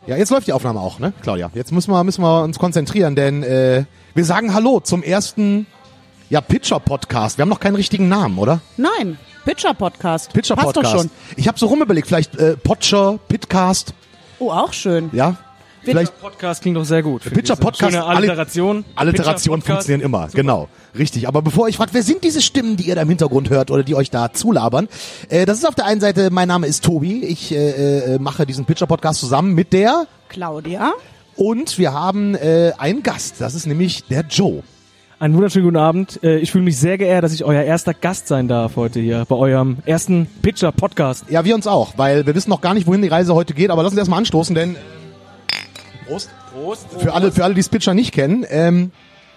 Ja, jetzt läuft die Aufnahme auch, ne, Claudia? Jetzt müssen wir uns konzentrieren, denn wir sagen Hallo zum ersten Pitcher-Podcast. Wir haben noch keinen richtigen Namen, oder? Nein, Pitcher-Podcast. Pitcher-Podcast. Passt doch schon. Ich habe so rumüberlegt, vielleicht Potcher, Pitcast, Oh, auch schön. ja? Vielleicht Podcast klingt doch sehr gut. Pitcher-Podcast. Schöne Alliteration. Alliterationen Pitcher-Podcast. funktionieren immer, Super. genau. Richtig. Aber bevor ich frage, wer sind diese Stimmen, die ihr da im Hintergrund hört oder die euch da zulabern? Das ist auf der einen Seite, mein Name ist Tobi. Ich mache diesen Pitcher-Podcast zusammen mit der Claudia. und wir haben einen Gast. Das ist nämlich der Joe. Einen wunderschönen guten Abend. Ich fühle mich sehr geehrt, dass ich euer erster Gast sein darf heute hier bei eurem ersten Pitcher-Podcast. Ja, wir uns auch, weil wir wissen noch gar nicht, wohin die Reise heute geht, aber lass uns erstmal anstoßen, denn Prost. Prost. Für alle, die das Pitcher nicht kennen.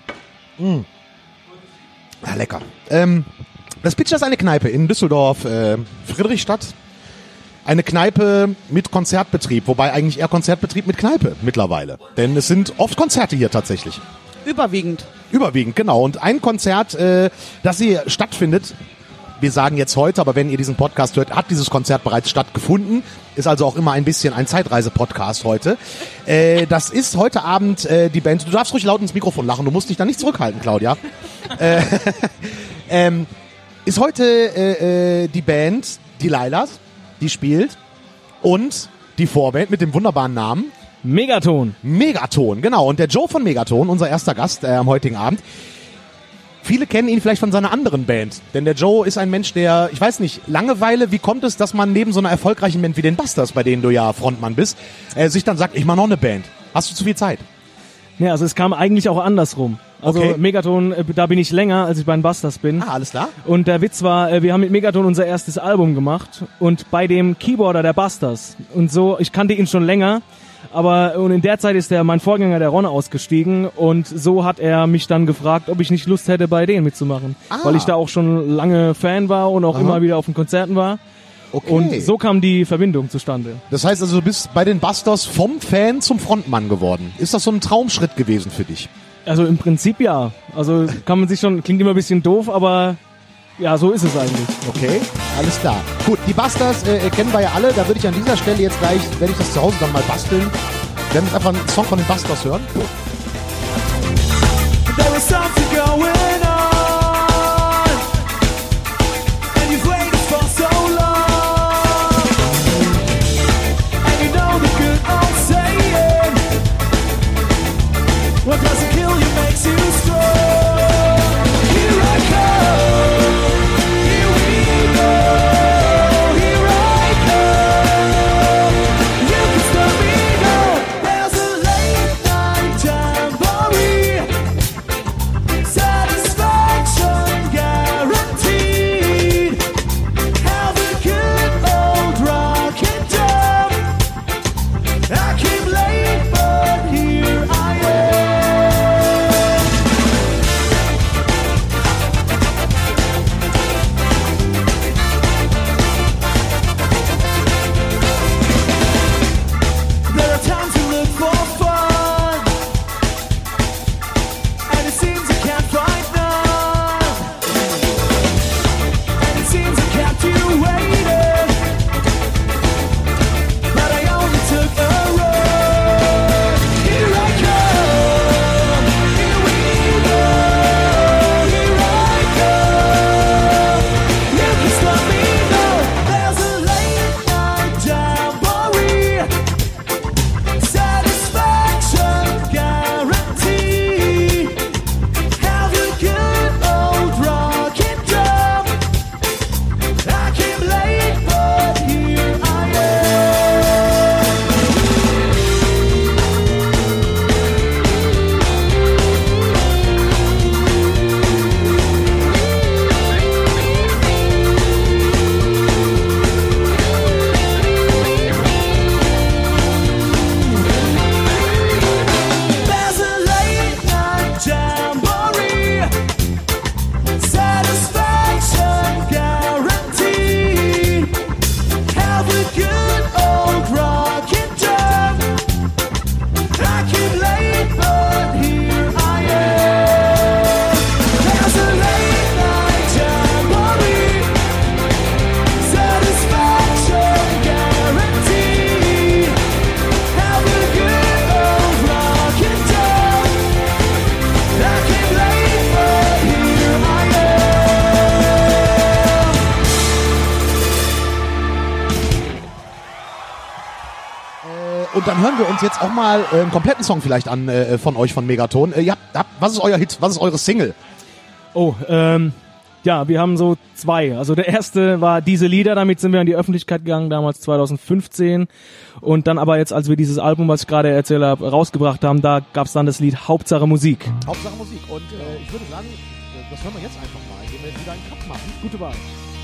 Lecker. Das Pitcher ist eine Kneipe in Düsseldorf, Friedrichstadt. Eine Kneipe mit Konzertbetrieb, wobei eigentlich eher Konzertbetrieb mit Kneipe mittlerweile. Denn es sind oft Konzerte hier tatsächlich. Überwiegend. Überwiegend, genau. Und ein Konzert, das hier stattfindet, wir sagen jetzt heute, aber wenn ihr diesen Podcast hört, hat dieses Konzert bereits stattgefunden. Ist also auch immer ein bisschen ein Zeitreise-Podcast heute. Das ist heute Abend die Band. Du darfst ruhig laut ins Mikrofon lachen, du musst dich da nicht zurückhalten, Claudia. Ist heute die Band, die Lilas, die spielt. Und die Vorband mit dem wunderbaren Namen Megaton. Megaton, genau. Und der Joe von Megaton, unser erster Gast am heutigen Abend. Viele kennen ihn vielleicht von seiner anderen Band. Denn der Joe ist ein Mensch, der, ich weiß nicht, Langeweile, wie kommt es, dass man neben so einer erfolgreichen Band wie den Busters, bei denen du ja Frontmann bist, sich dann sagt, ich mach noch eine Band. Hast du zu viel Zeit? Ja, also es kam eigentlich auch andersrum. Also Okay. Megaton, da bin ich länger, als ich bei den Busters bin. Ah, alles klar. Und der Witz war, wir haben mit Megaton unser erstes Album gemacht und bei dem Keyboarder der Busters. Und so, ich kannte ihn schon länger, und in der Zeit ist mein Vorgänger, der Ron, ausgestiegen und so hat er mich dann gefragt, ob ich nicht Lust hätte, bei denen mitzumachen. Ah. Weil ich da auch schon lange Fan war und auch immer wieder auf den Konzerten war. Okay. Und so kam die Verbindung zustande. Das heißt also, du bist bei den Busters vom Fan zum Frontmann geworden. Ist das so ein Traumschritt gewesen für dich? Also im Prinzip ja. Also kann man sich schon, klingt immer ein bisschen doof, aber ja, so ist es eigentlich. Okay, alles klar. Gut, die Busters kennen wir ja alle. Da würde ich an dieser Stelle jetzt gleich, werde ich das zu Hause dann mal basteln. Wir werden jetzt einfach einen Song von den Busters hören. There was something going on, and you've waited for so long, and you know the good old saying, what doesn't kill you makes you strong. Here I come, here we go, here I come, you can stop me now. There's a late night tambourine, Und dann hören wir uns jetzt auch mal einen kompletten Song vielleicht an von euch, von Megaton. Was ist euer Hit? Was ist eure Single? Oh, ja, wir haben so 2. Also der erste war Diese Lieder, damit sind wir in die Öffentlichkeit gegangen, damals 2015. Und dann aber jetzt, als wir dieses Album, was ich gerade erzählt habe, rausgebracht haben, da gab's dann das Lied Hauptsache Musik. Hauptsache Musik. Und ich würde sagen, das hören wir jetzt einfach mal, indem wir jetzt wieder einen Cut machen. Gute Wahl.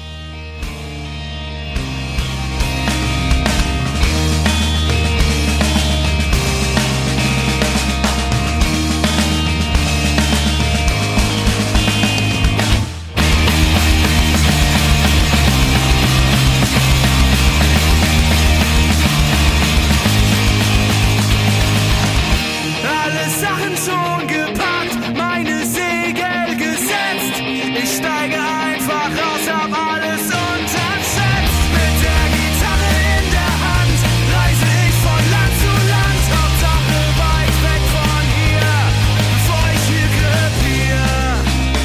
Alle Sachen schon gepackt, meine Segel gesetzt. Ich steige einfach raus, hab alles unterschätzt. Mit der Gitarre in der Hand reise ich von Land zu Land. Hauptsache weit weg von hier, bevor ich hier krepiere.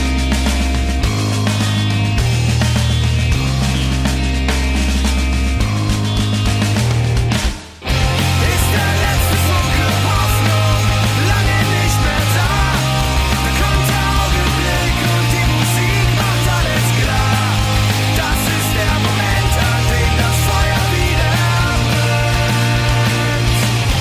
Ist der letzte Funke Hoffnung lange nicht mehr da? Da kommt der Augenblick und die Musik macht alles klar. Das ist der Moment, an dem das Feuer wieder brennt.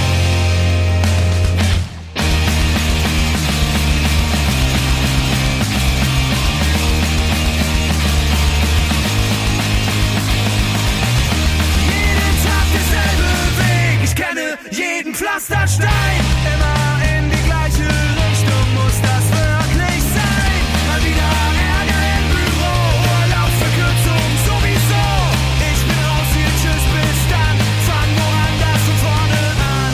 Jeden Tag derselbe Weg, ich kenne jeden Pflasterstein. Immer in die gleiche Richtung muss das wirklich sein. Mal wieder Ärger im Büro, Urlaubsverkürzung sowieso. Ich bin raus hier, tschüss, bis dann. Fang woanders von vorne an.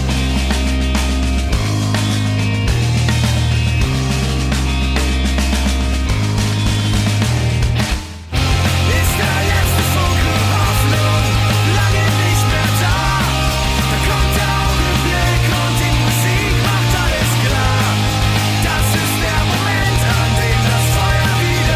Ist der letzte Funke Hoffnung lange nicht mehr da? Da kommt der Augenblick und die Musik macht alles klar. Das ist der Moment, an dem das Feuer wieder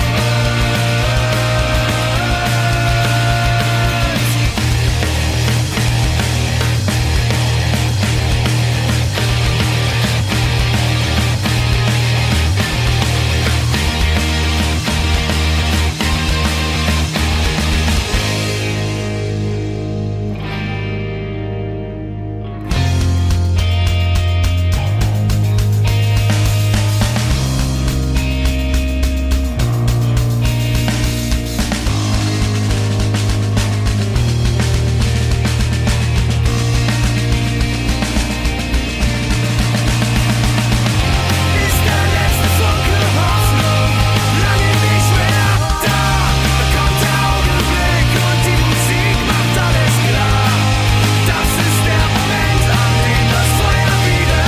Ist der letzte Funke Hoffnung lange nicht mehr da? Da kommt der Augenblick und die Musik macht alles klar. Das ist der Moment, an dem das Feuer wieder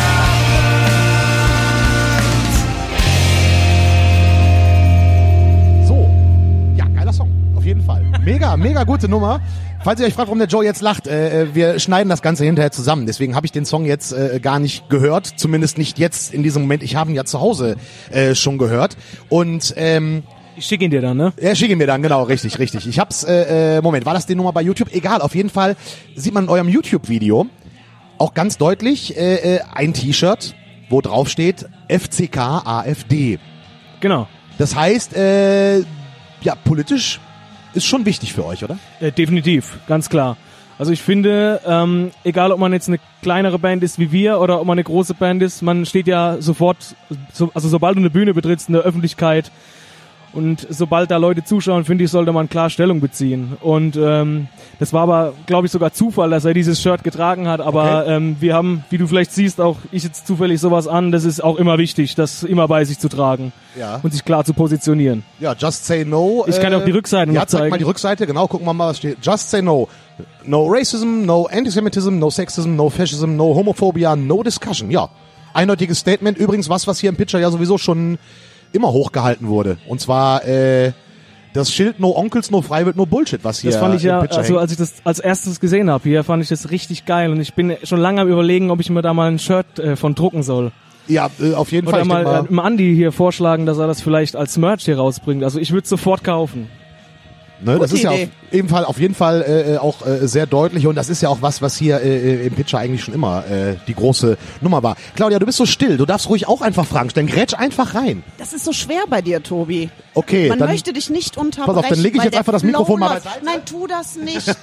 brennt. So. Ja, geiler Song. Auf jeden Fall. Mega gute Nummer. Falls ihr euch fragt, warum der Joe jetzt lacht, wir schneiden das Ganze hinterher zusammen. Deswegen habe ich den Song jetzt gar nicht gehört. Zumindest nicht jetzt in diesem Moment. Ich habe ihn ja zu Hause schon gehört. Und Ich schicke ihn dir dann, ne? schick ihn mir dann, genau, richtig. Ich hab's, Moment, war das die Nummer bei YouTube? Egal, auf jeden Fall sieht man in eurem YouTube-Video auch ganz deutlich ein T-Shirt, wo drauf steht FCK AfD. Genau. Das heißt, ja, politisch ist schon wichtig für euch, oder? Definitiv, ganz klar. Also ich finde, egal ob man jetzt eine kleinere Band ist wie wir oder ob man eine große Band ist, man steht ja sofort, also sobald du eine Bühne betrittst in der Öffentlichkeit und sobald da Leute zuschauen, finde ich, sollte man klar Stellung beziehen. Und das war aber, glaube ich, sogar Zufall, dass er dieses Shirt getragen hat. Aber wir haben, wie du vielleicht siehst, auch ich jetzt zufällig sowas an. Das ist auch immer wichtig, das immer bei sich zu tragen Ja. und sich klar zu positionieren. Ja, Just Say No. Ich kann auch die Rückseite noch Ja, zeig zeigen. mal die Rückseite, genau, gucken wir mal, was steht. Just Say No. No Racism, no Antisemitism, no Sexism, no Fascism, no Homophobia, no Discussion. Ja, eindeutiges Statement. Übrigens was hier im Pitcher ja sowieso schon immer hochgehalten wurde. Und zwar das Schild No Onkels, No Freiwild, No Bullshit, was hier Das fand ich ja, im Pitcher also hängt. als ich das als erstes gesehen habe hier, fand ich das richtig geil. Und ich bin schon lange am Überlegen, ob ich mir da mal ein Shirt von drucken soll. Ja, auf jeden Fall. Oder Ich denk mal Andi hier vorschlagen, dass er das vielleicht als Merch hier rausbringt. Also ich würde sofort kaufen. Ne, das Gute ist ja Idee. auf jeden Fall auch sehr deutlich und das ist ja auch was hier im Pitcher eigentlich schon immer die große Nummer war. Claudia, du bist so still, du darfst ruhig auch einfach Fragen stellen. Grätsch einfach rein. Das ist so schwer bei dir, Tobi. Okay, Man dann möchte dich nicht unterbrechen. pass auf, dann lege ich weil jetzt der einfach das Flow Mikrofon mal läuft. beiseite. Nein, tu das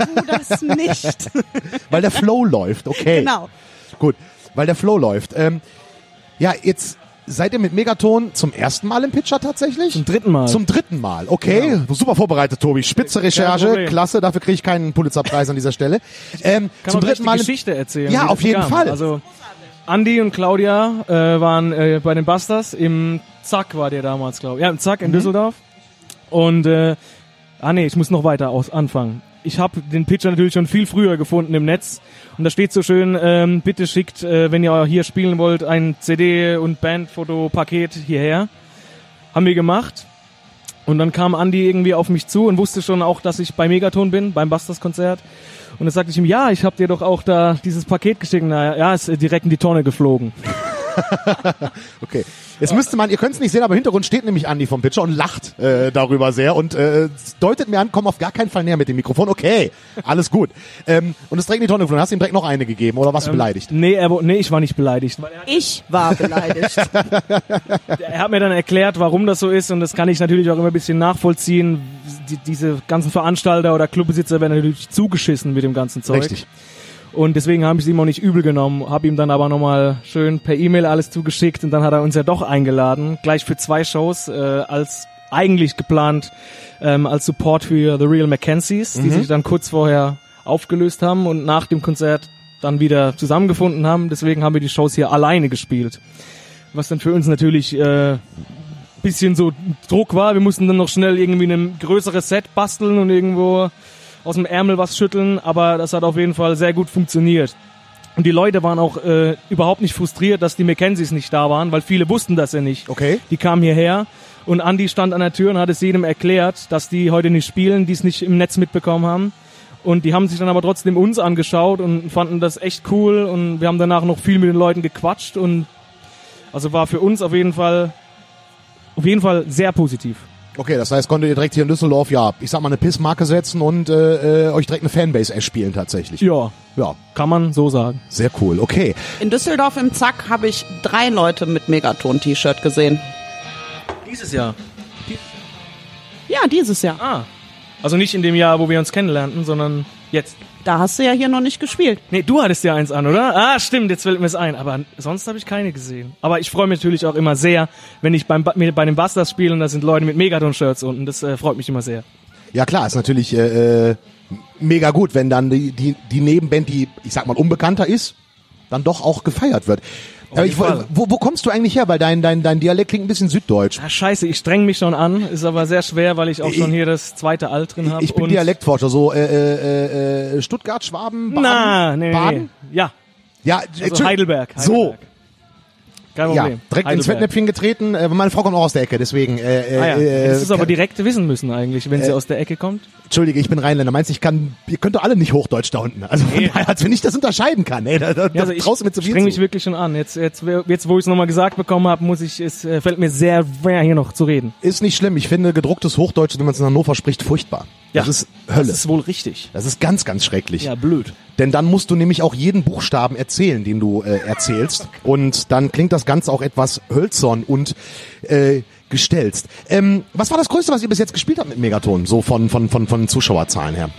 nicht. weil der Flow läuft. Okay. Genau. Gut, weil der Flow läuft. Ja, jetzt seid ihr mit Megaton zum ersten Mal im Pitcher tatsächlich? Zum dritten Mal. Zum dritten Mal, okay. Super vorbereitet, Tobi. Spitze Recherche, Problem. klasse, dafür kriege ich keinen Pulitzerpreis an dieser Stelle. Kann Zum man gleich dritten Mal die im- Geschichte erzählen. Ja, wie das auf jeden kam. Fall. Also Andi und Claudia waren bei den Busters im Zack war der damals, glaube ich. Ja, im Zack in Düsseldorf. Und ich muss noch weiter anfangen. Ich habe den Pitcher natürlich schon viel früher gefunden im Netz. Und da steht so schön, bitte schickt, wenn ihr hier spielen wollt, ein CD- und Bandfoto-Paket hierher. Haben wir gemacht. Und dann kam Andi irgendwie auf mich zu und wusste schon auch, dass ich bei Megaton bin, beim Busters-Konzert. Und dann sagte ich ihm, ja, ich habe dir doch auch da dieses Paket geschickt. Na ja, ist direkt in die Tonne geflogen. Okay. Jetzt müsste man, ihr könnt es nicht sehen, aber im Hintergrund steht nämlich Andi vom Pitcher und lacht darüber sehr und deutet mir an, komm auf gar keinen Fall näher mit dem Mikrofon. Okay, alles gut. Und es direkt in die Tonne geflogen. Hast du ihm direkt noch eine gegeben oder was beleidigt? Nee, ich war nicht beleidigt. Weil Ich war beleidigt. er hat mir dann erklärt, warum das so ist und das kann ich natürlich auch immer ein bisschen nachvollziehen. Diese ganzen Veranstalter oder Clubbesitzer werden natürlich zugeschissen mit dem ganzen Zeug. Richtig. Und deswegen habe ich es ihm auch nicht übel genommen, habe ihm dann aber nochmal schön per E-Mail alles zugeschickt und dann hat er uns ja doch eingeladen, gleich für 2 Shows, als eigentlich geplant als Support für The Real Mackenzies, die sich dann kurz vorher aufgelöst haben und nach dem Konzert dann wieder zusammengefunden haben. Deswegen haben wir die Shows hier alleine gespielt. Was dann für uns natürlich bisschen so Druck war. Wir mussten dann noch schnell irgendwie ein größeres Set basteln und irgendwo aus dem Ärmel was schütteln, aber das hat auf jeden Fall sehr gut funktioniert. Und die Leute waren auch überhaupt nicht frustriert, dass die Mackenzies nicht da waren, weil viele wussten das ja nicht. Okay. Die kamen hierher und Andi stand an der Tür und hat es jedem erklärt, dass die heute nicht spielen, die es nicht im Netz mitbekommen haben. Und die haben sich dann aber trotzdem uns angeschaut und fanden das echt cool und wir haben danach noch viel mit den Leuten gequatscht und also war für uns auf jeden Fall sehr positiv. Okay, das heißt, konntet ihr direkt hier in Düsseldorf, ja, ich sag mal, eine Pissmarke setzen und euch direkt eine Fanbase erspielen tatsächlich. Ja, Ja, kann man so sagen. sehr cool, okay. In Düsseldorf im Zack habe ich 3 Leute mit Megaton-T-Shirt gesehen. Dieses Jahr. Ja, dieses Jahr. Ah. Also nicht in dem Jahr, wo wir uns kennenlernten, sondern jetzt. Da hast du ja hier noch nicht gespielt. Nee, du hattest ja eins an, oder? Ah, stimmt, jetzt fällt mir es ein. Aber sonst habe ich keine gesehen. Aber ich freue mich natürlich auch immer sehr, wenn ich bei den Busters spiele und da sind Leute mit Megaton-Shirts unten. Das freut mich immer sehr. Ja klar, ist natürlich mega gut, wenn dann die Nebenband, die, ich sag mal, unbekannter ist, dann doch auch gefeiert wird. Aber jeden Fall. wo kommst du eigentlich her? Weil dein Dialekt klingt ein bisschen süddeutsch. Ah, scheiße, ich streng mich schon an. Ist aber sehr schwer, weil ich auch schon hier das zweite Alt drin habe. Ich bin Dialektforscher, so Stuttgart, Schwaben, Baden. Na, nee. Baden? Ja, Ja, also Heidelberg. So. Kein Ja, Problem. direkt ins Heidelberg. Fettnäpfchen getreten. Meine Frau kommt auch aus der Ecke, deswegen. Das ist aber direkt wissen müssen eigentlich, wenn sie aus der Ecke kommt. Entschuldige, ich bin Rheinländer. Meinst du, ihr könnt doch alle nicht Hochdeutsch da unten. Also von daher, als wenn ich das unterscheiden kann. Ey, da Ja, also ich traust du mir zu viel streng mich zu. wirklich schon an. Jetzt, wo ich es nochmal gesagt bekommen habe, fällt mir sehr schwer, hier noch zu reden. Ist nicht schlimm. Ich finde gedrucktes Hochdeutsch, wenn man es in Hannover spricht, furchtbar. Ja, Das ist Hölle. Das ist wohl richtig. Das ist ganz, ganz schrecklich. Ja, blöd. Denn dann musst du nämlich auch jeden Buchstaben erzählen, den du erzählst. Und dann klingt das Ganze auch etwas hölzern und gestelzt. Was war das Größte, was ihr bis jetzt gespielt habt mit Megaton? So von Zuschauerzahlen her.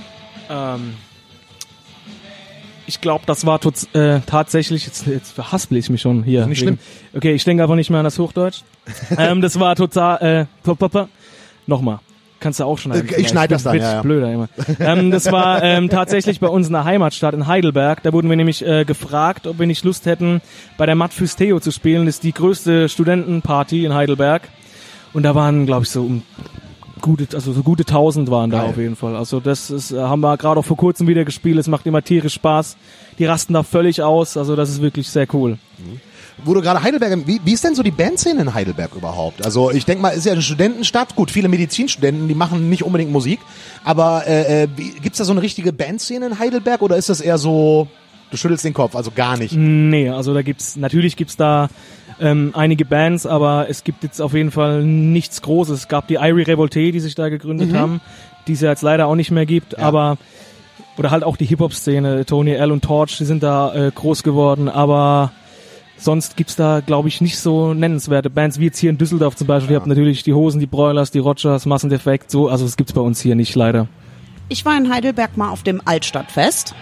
Ich glaube, das war tatsächlich, jetzt verhaspel ich mich schon hier. Nicht schlimm. Okay, ich denke einfach nicht mehr an das Hochdeutsch. Das war total, nochmal. Kannst du auch schneiden. Ich schneide das dann, Wird ja. blöder immer. Das war tatsächlich bei uns in der Heimatstadt in Heidelberg. Da wurden wir nämlich gefragt, ob wir nicht Lust hätten, bei der Mat Fusteo zu spielen. Das ist die größte Studentenparty in Heidelberg. Und da waren, glaube ich, so gute 1000 waren da Geil. auf jeden Fall. Also das haben wir gerade auch vor kurzem wieder gespielt. Es macht immer tierisch Spaß. Die rasten da völlig aus. Also das ist wirklich sehr cool. Wo du gerade Heidelberg, wie ist denn so die Bandszene in Heidelberg überhaupt? Also ich denke mal, ist ja eine Studentenstadt. Gut, viele Medizinstudenten, die machen nicht unbedingt Musik. Aber gibt's da so eine richtige Bandszene in Heidelberg oder ist das eher so, du schüttelst den Kopf, also gar nicht? Nee, also natürlich gibt's da einige Bands, aber es gibt jetzt auf jeden Fall nichts Großes. Es gab die Irie Revolte, die sich da gegründet haben. die es ja jetzt leider auch nicht mehr gibt, aber oder halt auch die Hip-Hop-Szene, Tony L und Torch, die sind da groß geworden, aber sonst gibt's da, glaube ich, nicht so nennenswerte Bands, wie jetzt hier in Düsseldorf zum Beispiel. Ihr habt natürlich die Hosen, die Broilers, die Rogers, Massendefekt, so, also das gibt's bei uns hier nicht, leider. Ich war in Heidelberg mal auf dem Altstadtfest.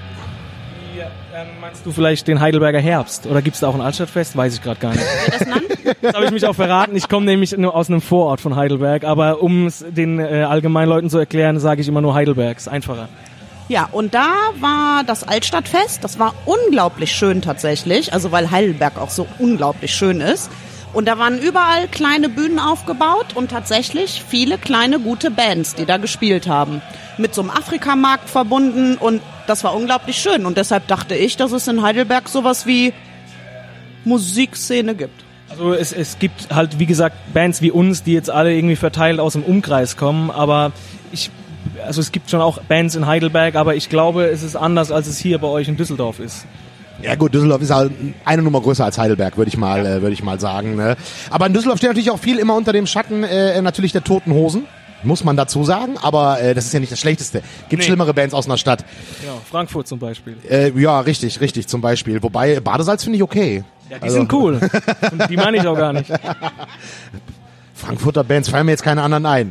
Meinst du vielleicht den Heidelberger Herbst? Oder gibt's da auch ein Altstadtfest? Weiß ich gerade gar nicht. Das nannt? Das habe ich mich auch verraten. Ich komme nämlich nur aus einem Vorort von Heidelberg, aber um es den allgemeinen Leuten zu erklären, sage ich immer nur Heidelberg. Ist einfacher. Ja, und da war das Altstadtfest. Das war unglaublich schön tatsächlich, also weil Heidelberg auch so unglaublich schön ist. Und da waren überall kleine Bühnen aufgebaut und tatsächlich viele kleine, gute Bands, die da gespielt haben. Mit so einem Afrikamarkt verbunden und das war unglaublich schön. Und deshalb dachte ich, dass es in Heidelberg sowas wie Musikszene gibt. Also es gibt halt, wie gesagt, Bands wie uns, die jetzt alle irgendwie verteilt aus dem Umkreis kommen, aber also es gibt schon auch Bands in Heidelberg, aber ich glaube, es ist anders, als es hier bei euch in Düsseldorf ist. Ja gut, Düsseldorf ist halt eine Nummer größer als Heidelberg, würde ich mal sagen. Ne? Aber in Düsseldorf steht natürlich auch viel immer unter dem Schatten natürlich der Toten Hosen, muss man dazu sagen. Aber das ist ja nicht das Schlechteste. Gibt schlimmere Bands aus einer Stadt. Ja, Frankfurt zum Beispiel. Ja, richtig zum Beispiel. Wobei Badesalz finde ich okay. Ja, die sind cool. Und die meine ich auch gar nicht. Frankfurter Bands fallen mir jetzt keine anderen ein.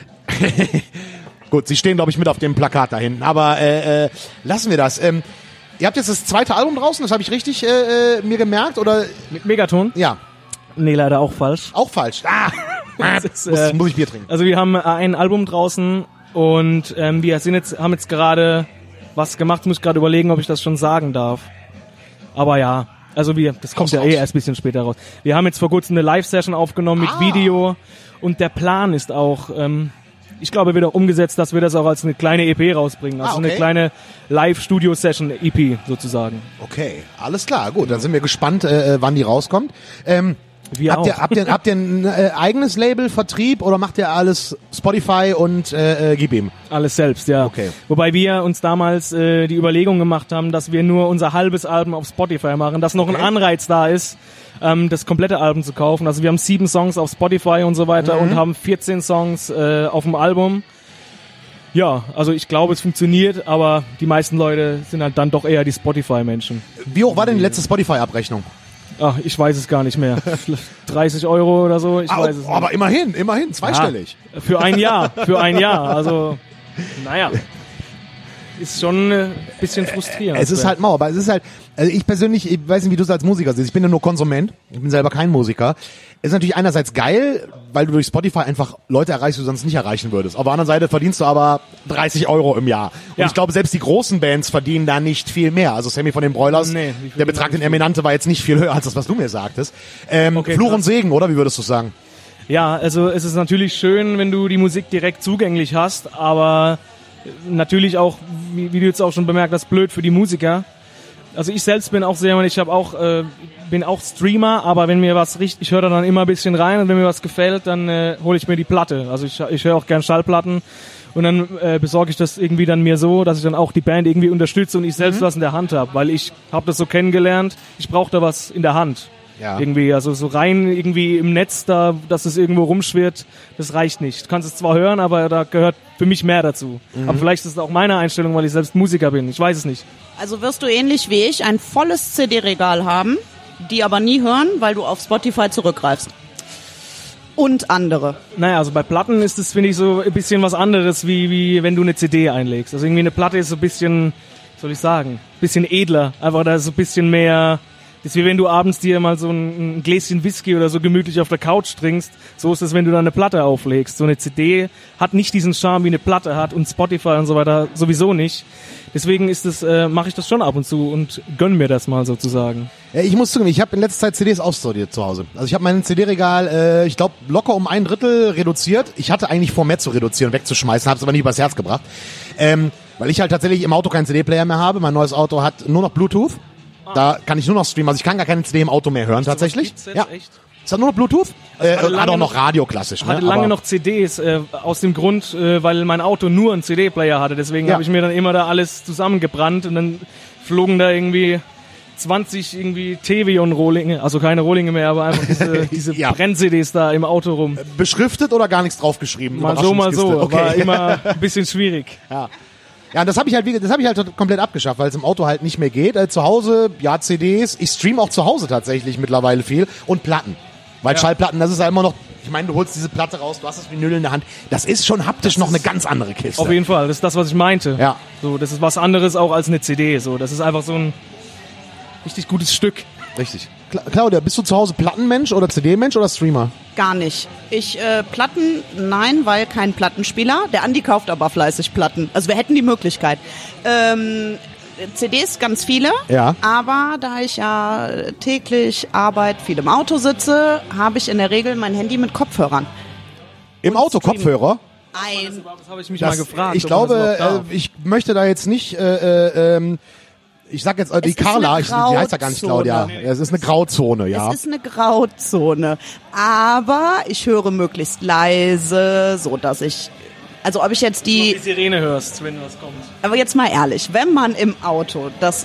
Gut, sie stehen, glaube ich, mit auf dem Plakat da hinten. Aber lassen wir das. Ihr habt jetzt das zweite Album draußen, das habe ich richtig mir gemerkt, oder? Mit Megaton? Ja. Nee, leider auch falsch. Auch falsch. Das ist, muss ich Bier trinken. Also wir haben ein Album draußen und wir haben jetzt gerade was gemacht. Ich muss gerade überlegen, ob ich das schon sagen darf. Aber ja, also das kommt ja erst ein bisschen später raus. Wir haben jetzt vor kurzem eine Live-Session aufgenommen mit Video und der Plan ist auch, ich glaube, wird auch umgesetzt, dass wir das auch als eine kleine EP rausbringen. Also okay. eine kleine Live-Studio-Session-EP sozusagen. Okay, alles klar, gut. Dann sind wir gespannt, wann die rauskommt. Habt ihr ein eigenes Label, Vertrieb oder macht ihr alles Spotify und gib ihm? Alles selbst, ja. Okay. Wobei wir uns damals die Überlegung gemacht haben, dass wir nur unser halbes Album auf Spotify machen, dass noch ein Anreiz da ist, das komplette Album zu kaufen. Also wir haben 7 Songs auf Spotify und so weiter und haben 14 Songs auf dem Album. Ja, also ich glaube, es funktioniert, aber die meisten Leute sind halt dann doch eher die Spotify-Menschen. Wie hoch war denn die letzte Spotify-Abrechnung? Ach, ich weiß es gar nicht mehr. 30 € oder so, ich weiß es nicht. Aber immerhin, zweistellig. Ja, für ein Jahr. Also, naja. Ist schon ein bisschen frustrierend. Es ist halt mau, aber es ist halt, also ich persönlich, ich weiß nicht, wie du es als Musiker siehst, ich bin ja nur Konsument, ich bin selber kein Musiker. Ist natürlich einerseits geil, weil du durch Spotify einfach Leute erreichst, die du sonst nicht erreichen würdest. Auf der anderen Seite verdienst du aber 30 € im Jahr. Und ich glaube, selbst die großen Bands verdienen da nicht viel mehr. Also Sammy von den Broilers, der Betrag in Eminente war jetzt nicht viel höher als das, was du mir sagtest. Okay, Fluch und Segen, oder? Wie würdest du sagen? Ja, also es ist natürlich schön, wenn du die Musik direkt zugänglich hast, aber natürlich auch, wie du jetzt auch schon bemerkt hast, blöd für die Musiker. Also ich selbst bin auch bin auch Streamer, aber wenn mir was ich höre dann immer ein bisschen rein und wenn mir was gefällt, dann hole ich mir die Platte. Also ich höre auch gern Schallplatten und dann besorge ich das irgendwie dann mir so, dass ich dann auch die Band irgendwie unterstütze und ich selbst was in der Hand habe, weil ich habe das so kennengelernt, ich brauche da was in der Hand. Ja. Irgendwie, also so rein irgendwie im Netz, da, dass es irgendwo rumschwirrt, das reicht nicht. Du kannst es zwar hören, aber da gehört für mich mehr dazu. Aber vielleicht ist es auch meine Einstellung, weil ich selbst Musiker bin. Ich weiß es nicht. Also wirst du ähnlich wie ich ein volles CD-Regal haben, die aber nie hören, weil du auf Spotify zurückgreifst. Und andere. Naja, also bei Platten ist es, finde ich, so ein bisschen was anderes, wie wenn du eine CD einlegst. Also irgendwie eine Platte ist so ein bisschen, soll ich sagen, ein bisschen edler. Einfach da so ein bisschen mehr. Das ist wie wenn du abends dir mal so ein Gläschen Whisky oder so gemütlich auf der Couch trinkst. So ist es, wenn du da eine Platte auflegst. So eine CD hat nicht diesen Charme, wie eine Platte hat und Spotify und so weiter sowieso nicht. Deswegen mache ich das schon ab und zu und gönn mir das mal sozusagen. Ja, ich muss zugeben, ich habe in letzter Zeit CDs aussortiert zu Hause. Also ich habe mein CD-Regal, ich glaube, locker um 1/3 reduziert. Ich hatte eigentlich vor, mehr zu reduzieren, wegzuschmeißen, habe es aber nicht übers Herz gebracht. Weil ich halt tatsächlich im Auto keinen CD-Player mehr habe. Mein neues Auto hat nur noch Bluetooth. Da kann ich nur noch streamen, also ich kann gar keine CD im Auto mehr hören tatsächlich. Ja. Echt? Ist das nur noch Bluetooth? Hat auch noch Radio klassisch. Hatte lange noch CDs, aus dem Grund, weil mein Auto nur einen CD-Player hatte. Deswegen habe ich mir dann immer da alles zusammengebrannt und dann flogen da irgendwie 20 irgendwie Tevion-Rohlinge, also keine Rohlinge mehr, aber einfach diese Ja. Brenn-CDs da im Auto rum. Beschriftet oder gar nichts draufgeschrieben? Mal so, Überraschungskiste. Okay. war immer ein bisschen schwierig. Ja, und das habe ich halt komplett abgeschafft, weil es im Auto halt nicht mehr geht. Zu Hause, ja, CDs. Ich streame auch zu Hause tatsächlich mittlerweile viel. Und Platten. Weil Schallplatten, das ist ja immer noch, ich meine, du holst diese Platte raus, du hast das Vinyl in der Hand. Das ist schon haptisch noch eine ganz andere Kiste. Auf jeden Fall, das ist das, was ich meinte. Ja. So, das ist was anderes auch als eine CD. So, das ist einfach so ein richtig gutes Stück. Richtig. Claudia, bist du zu Hause Plattenmensch oder CD-Mensch oder Streamer? Gar nicht. Platten, nein, weil kein Plattenspieler. Der Andi kauft aber fleißig Platten. Also wir hätten die Möglichkeit. CDs ganz viele, Ja. aber da ich ja täglich viel im Auto sitze, habe ich in der Regel mein Handy mit Kopfhörern. Im Auto streamen. Kopfhörer? Das habe ich mich mal gefragt. Ich ob man das glaube, überhaupt darf. ich möchte da jetzt nicht, ich sag jetzt, die ist Carla, eine die heißt ja gar nicht Claudia. Grauzone. Es ist eine Grauzone, ja. Es ist eine Grauzone, aber ich höre möglichst leise, so dass ich, also ob ich jetzt die die, Sirene hörst, wenn was kommt. aber jetzt mal ehrlich, wenn man im Auto das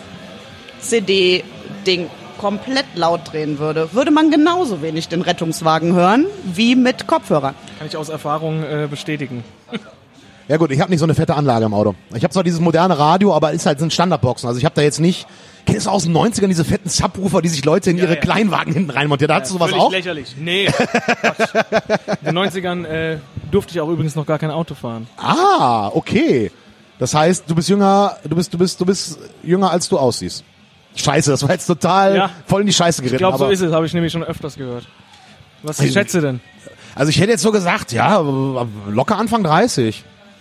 CD-Ding komplett laut drehen würde, würde man genauso wenig den Rettungswagen hören wie mit Kopfhörern. Kann ich aus Erfahrung bestätigen. Ja gut, ich habe nicht so eine fette Anlage im Auto. Ich habe zwar dieses moderne Radio, aber sind Standardboxen. Also ich habe da jetzt nicht, kennst du aus den 90ern diese fetten Subwoofer, die sich Leute in ihre ja. Kleinwagen hinten reinmontieren? Da hattest du sowas Völlig auch? lächerlich. Nee. Quatsch. In den 90ern durfte ich auch übrigens noch gar kein Auto fahren. Ah, okay. Das heißt, du bist jünger als du aussiehst. Scheiße, das war jetzt total Ja. voll in die Scheiße geritten. Ich glaube, so aber- ist es, habe ich nämlich schon öfters gehört. Was Also- schätze denn? Also ich hätte jetzt so gesagt, ja, locker Anfang 30.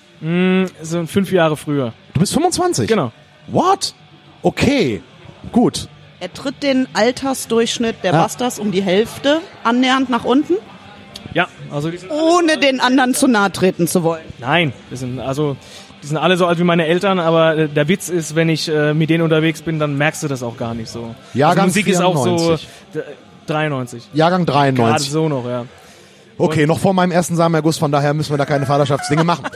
So 5 Jahre früher. Du bist 25? Genau. What? Okay, gut. Er tritt den Altersdurchschnitt der Busters um die Hälfte annähernd nach unten, Ja, also die sind ohne den anderen zu nahe treten zu wollen. Nein, die sind alle so alt wie meine Eltern, aber der Witz ist, wenn ich mit denen unterwegs bin, dann merkst du das auch gar nicht so. Jahrgang also Musik ist auch 94. so 93. Jahrgang Gerade 93. so noch, ja. Okay, noch vor meinem ersten Samenerguss, von daher müssen wir da keine Vaterschaftsdinge machen.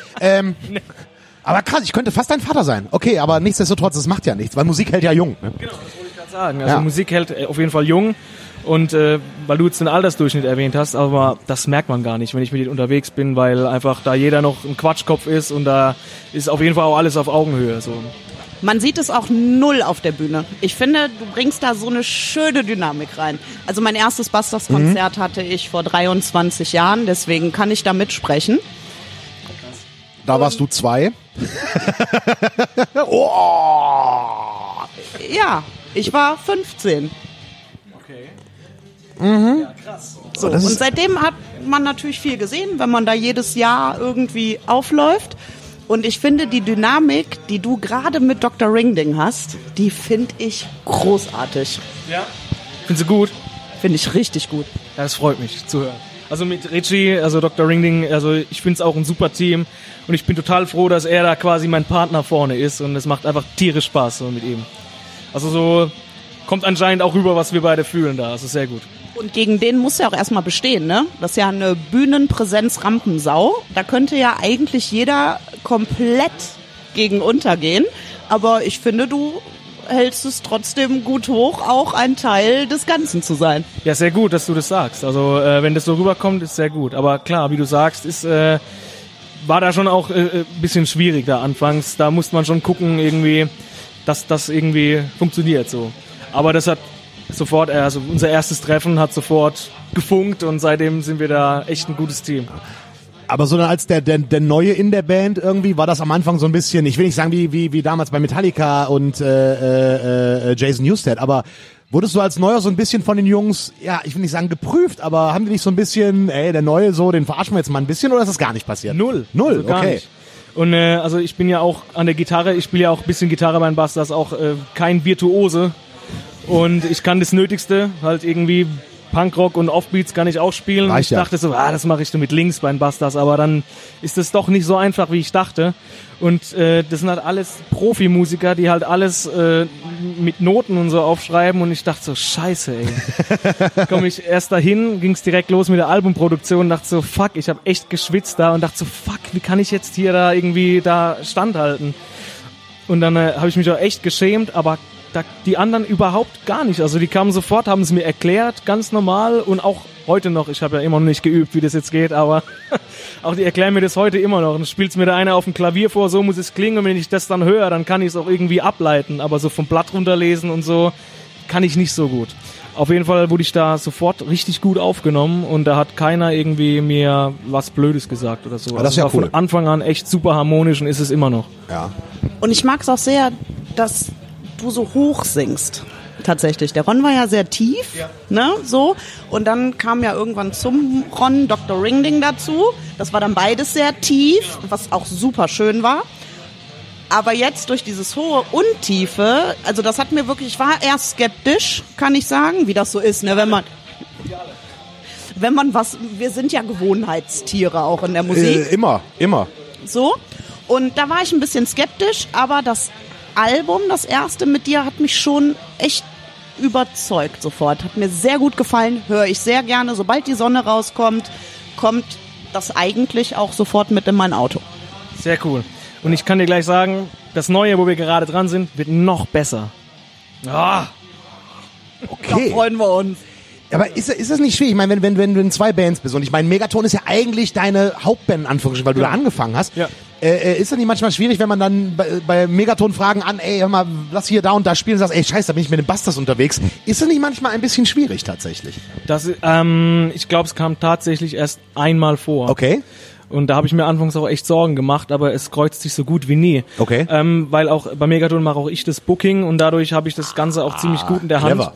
Aber krass, ich könnte fast dein Vater sein. Okay, aber nichtsdestotrotz, das macht ja nichts, weil Musik hält ja jung. Ne? Genau, das wollte ich gerade sagen. Also Ja. Musik hält auf jeden Fall jung. Und weil du jetzt den Altersdurchschnitt erwähnt hast, aber das merkt man gar nicht, wenn ich mit denen unterwegs bin, weil einfach da jeder noch ein Quatschkopf ist und da ist auf jeden Fall auch alles auf Augenhöhe. So. Man sieht es auch null auf der Bühne. Ich finde, du bringst da so eine schöne Dynamik rein. Also mein erstes Busters-Konzert hatte ich vor 23 Jahren, deswegen kann ich da mitsprechen. Da warst du 2. Oh! Ja, ich war 15. Okay. So, das und ist- seitdem hat man natürlich viel gesehen, wenn man da jedes Jahr irgendwie aufläuft. Und ich finde, die Dynamik, die du gerade mit Dr. Ringding hast, die finde ich großartig. Ja. Findest du gut? Finde ich richtig gut. Ja, das freut mich zu hören. Also mit Richie, also Dr. Ringding, also ich finde es auch ein super Team und ich bin total froh, dass er da quasi mein Partner vorne ist und es macht einfach tierisch Spaß so mit ihm. Also so kommt anscheinend auch rüber, was wir beide fühlen da. Also sehr gut. Und gegen den muss ja auch erstmal bestehen, ne? Das ist ja eine Bühnenpräsenz-Rampensau. Da könnte ja eigentlich jeder komplett gegen untergehen. Aber ich finde, du hältst es trotzdem gut hoch, auch ein Teil des Ganzen zu sein. Ja, sehr gut, dass du das sagst. Also wenn das so rüberkommt, ist sehr gut. Aber klar, wie du sagst, war da schon auch ein bisschen schwierig da anfangs. Da musste man schon gucken, irgendwie, dass das irgendwie funktioniert so. Aber das hat sofort, also unser erstes Treffen hat sofort gefunkt und seitdem sind wir da echt ein gutes Team. Aber so dann als der Neue in der Band irgendwie, war das am Anfang so ein bisschen, ich will nicht sagen wie damals bei Metallica und Jason Newsted, aber wurdest du als Neuer so ein bisschen von den Jungs, ja, ich will nicht sagen geprüft, aber haben die nicht so ein bisschen, der Neue so, den verarschen wir jetzt mal ein bisschen, oder ist das gar nicht passiert? Null, Null, also gar okay. nicht. Und also ich bin ja auch an der Gitarre, ich spiele ja auch ein bisschen Gitarre bei den Busters, auch kein Virtuose. Und ich kann das Nötigste, halt irgendwie Punkrock und Offbeats kann ich auch spielen. Reicht Ich ja. dachte so, das mache ich so mit links bei den Busters, aber dann ist es doch nicht so einfach, wie ich dachte. Und das sind halt alles Profimusiker, die halt alles mit Noten und so aufschreiben und ich dachte so, scheiße, ey. Komm ich erst dahin, ging's direkt los mit der Albumproduktion und dachte so, fuck, ich habe echt geschwitzt da und dachte so, fuck, wie kann ich jetzt hier da irgendwie da standhalten? Und dann habe ich mich auch echt geschämt, aber die anderen überhaupt gar nicht. Also die kamen sofort, haben es mir erklärt, ganz normal und auch heute noch. Ich habe ja immer noch nicht geübt, wie das jetzt geht, aber auch die erklären mir das heute immer noch. Dann spielt mir da einer auf dem Klavier vor, so muss es klingen und wenn ich das dann höre, dann kann ich es auch irgendwie ableiten. Aber so vom Blatt runterlesen und so kann ich nicht so gut. Auf jeden Fall wurde ich da sofort richtig gut aufgenommen und da hat keiner irgendwie mir was Blödes gesagt oder so. Aber das ist ja war cool. von Anfang an echt super harmonisch und ist es immer noch. Ja. Und ich mag es auch sehr, dass du so hoch singst. Tatsächlich. Der Ron war ja sehr tief, ne, so. Und dann kam ja irgendwann zum Ron Dr. Ringding dazu. Das war dann beides sehr tief, was auch super schön war. Aber jetzt durch dieses hohe und Tiefe, also das hat mir wirklich, ich war erst skeptisch, kann ich sagen, wie das so ist, ne, wenn man was, wir sind ja Gewohnheitstiere auch in der Musik. Immer. So. Und da war ich ein bisschen skeptisch, aber das Album, das erste mit dir, hat mich schon echt überzeugt sofort. Hat mir sehr gut gefallen, höre ich sehr gerne. Sobald die Sonne rauskommt, kommt das eigentlich auch sofort mit in mein Auto. Sehr cool. Und ich kann dir gleich sagen, das Neue, wo wir gerade dran sind, wird noch besser. Ah, Okay. Da freuen wir uns. Aber ist das nicht schwierig? Ich meine, wenn du in 2 Bands bist und ich meine, Megaton ist ja eigentlich deine Hauptband, in Anführungsstrichen, weil du da angefangen hast. Ja. Ist das nicht manchmal schwierig, wenn man dann bei Megaton Fragen an, ey, hör mal, lass hier da und da spielen und sagst, ey, scheiße, da bin ich mit den Bastards unterwegs. Ist das nicht manchmal ein bisschen schwierig tatsächlich? ich glaube, es kam tatsächlich erst einmal vor. Okay. Und da habe ich mir anfangs auch echt Sorgen gemacht, aber es kreuzt sich so gut wie nie. Okay. Weil auch bei Megaton mache auch ich das Booking und dadurch habe ich das Ganze auch ziemlich gut in der Hand.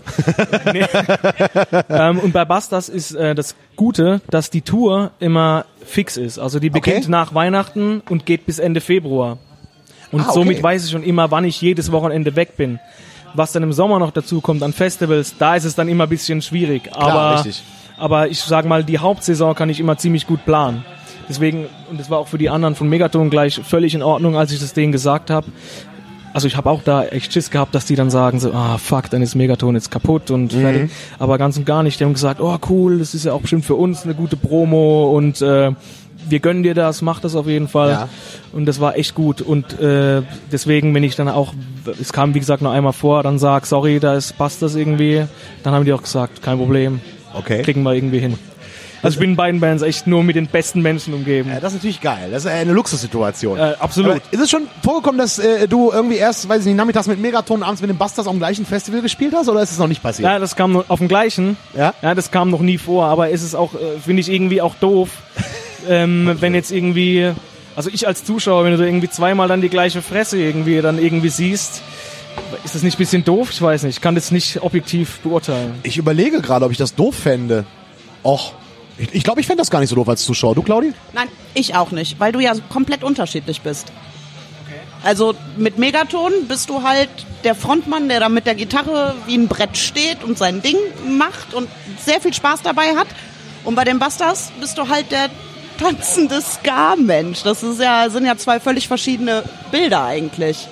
Clever. Und bei Bastards ist das Gute, dass die Tour immer fix ist. Also die beginnt nach Weihnachten und geht bis Ende Februar. Und okay. somit weiß ich schon immer, wann ich jedes Wochenende weg bin. Was dann im Sommer noch dazu kommt an Festivals, da ist es dann immer ein bisschen schwierig. Klar, richtig. Aber ich sage mal, die Hauptsaison kann ich immer ziemlich gut planen. Deswegen, und das war auch für die anderen von Megaton gleich völlig in Ordnung, als ich das denen gesagt habe. Also ich habe auch da echt Schiss gehabt, dass die dann sagen so, fuck, dann ist Megaton jetzt kaputt und fertig. Aber ganz und gar nicht. Die haben gesagt, oh cool, das ist ja auch bestimmt für uns eine gute Promo und wir gönnen dir das, mach das auf jeden Fall. Ja. Und das war echt gut. Und deswegen, wenn ich dann auch, es kam wie gesagt nur einmal vor, dann sag, sorry, passt das irgendwie, dann haben die auch gesagt, kein Problem, Okay. kriegen wir irgendwie hin. Also ich bin in beiden Bands echt nur mit den besten Menschen umgeben. Das ist natürlich geil. Das ist eine Luxussituation. Absolut. Ist es schon vorgekommen, dass du irgendwie erst, weiß ich nicht, nachmittags mit Megaton, abends mit den Bastards auf dem gleichen Festival gespielt hast, oder ist es noch nicht passiert? Ja, das kam noch auf dem gleichen. Ja? Ja, das kam noch nie vor, aber es ist auch, finde ich irgendwie auch doof, wenn jetzt irgendwie, also ich als Zuschauer, wenn du so irgendwie zweimal dann die gleiche Fresse irgendwie siehst, ist das nicht ein bisschen doof? Ich weiß nicht, ich kann das nicht objektiv beurteilen. Ich überlege gerade, ob ich das doof fände. Och, ich glaube, ich fände das gar nicht so doof als Zuschauer. Du, Claudi? Nein, ich auch nicht, weil du ja komplett unterschiedlich bist. Also mit Megaton bist du halt der Frontmann, der da mit der Gitarre wie ein Brett steht und sein Ding macht und sehr viel Spaß dabei hat. Und bei den Bastards bist du halt der tanzende Ska-Mensch. Das sind ja 2 völlig verschiedene Bilder eigentlich.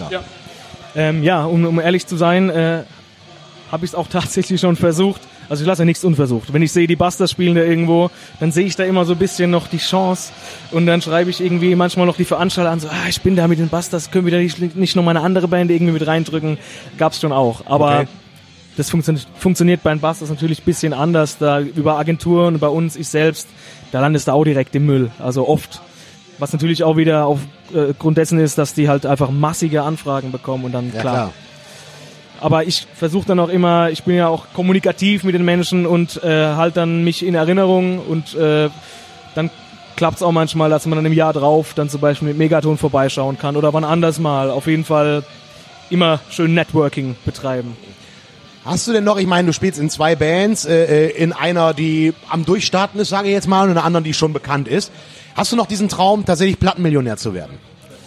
Um ehrlich zu sein, habe ich es auch tatsächlich schon versucht. Also ich lasse ja nichts unversucht. Wenn ich sehe, die Bastards spielen da irgendwo, dann sehe ich da immer so ein bisschen noch die Chance und dann schreibe ich irgendwie manchmal noch die Veranstalter an, so, ich bin da mit den Bastards, können wir da nicht noch mal eine andere Band irgendwie mit reindrücken? Gab's schon auch. Aber das funktioniert bei den Bastards natürlich ein bisschen anders. Da über Agenturen und bei uns, ich selbst, da landest du auch direkt im Müll. Also oft. Was natürlich auch wieder aufgrund dessen ist, dass die halt einfach massige Anfragen bekommen und dann klar. Aber ich versuche dann auch immer, ich bin ja auch kommunikativ mit den Menschen und halt dann mich in Erinnerung und dann klappt es auch manchmal, dass man dann im Jahr drauf dann zum Beispiel mit Megaton vorbeischauen kann oder wann anders mal. Auf jeden Fall immer schön Networking betreiben. Hast du denn noch, ich meine, du spielst in 2 Bands, in einer, die am Durchstarten ist, sage ich jetzt mal, und in einer anderen, die schon bekannt ist. Hast du noch diesen Traum, tatsächlich Plattenmillionär zu werden?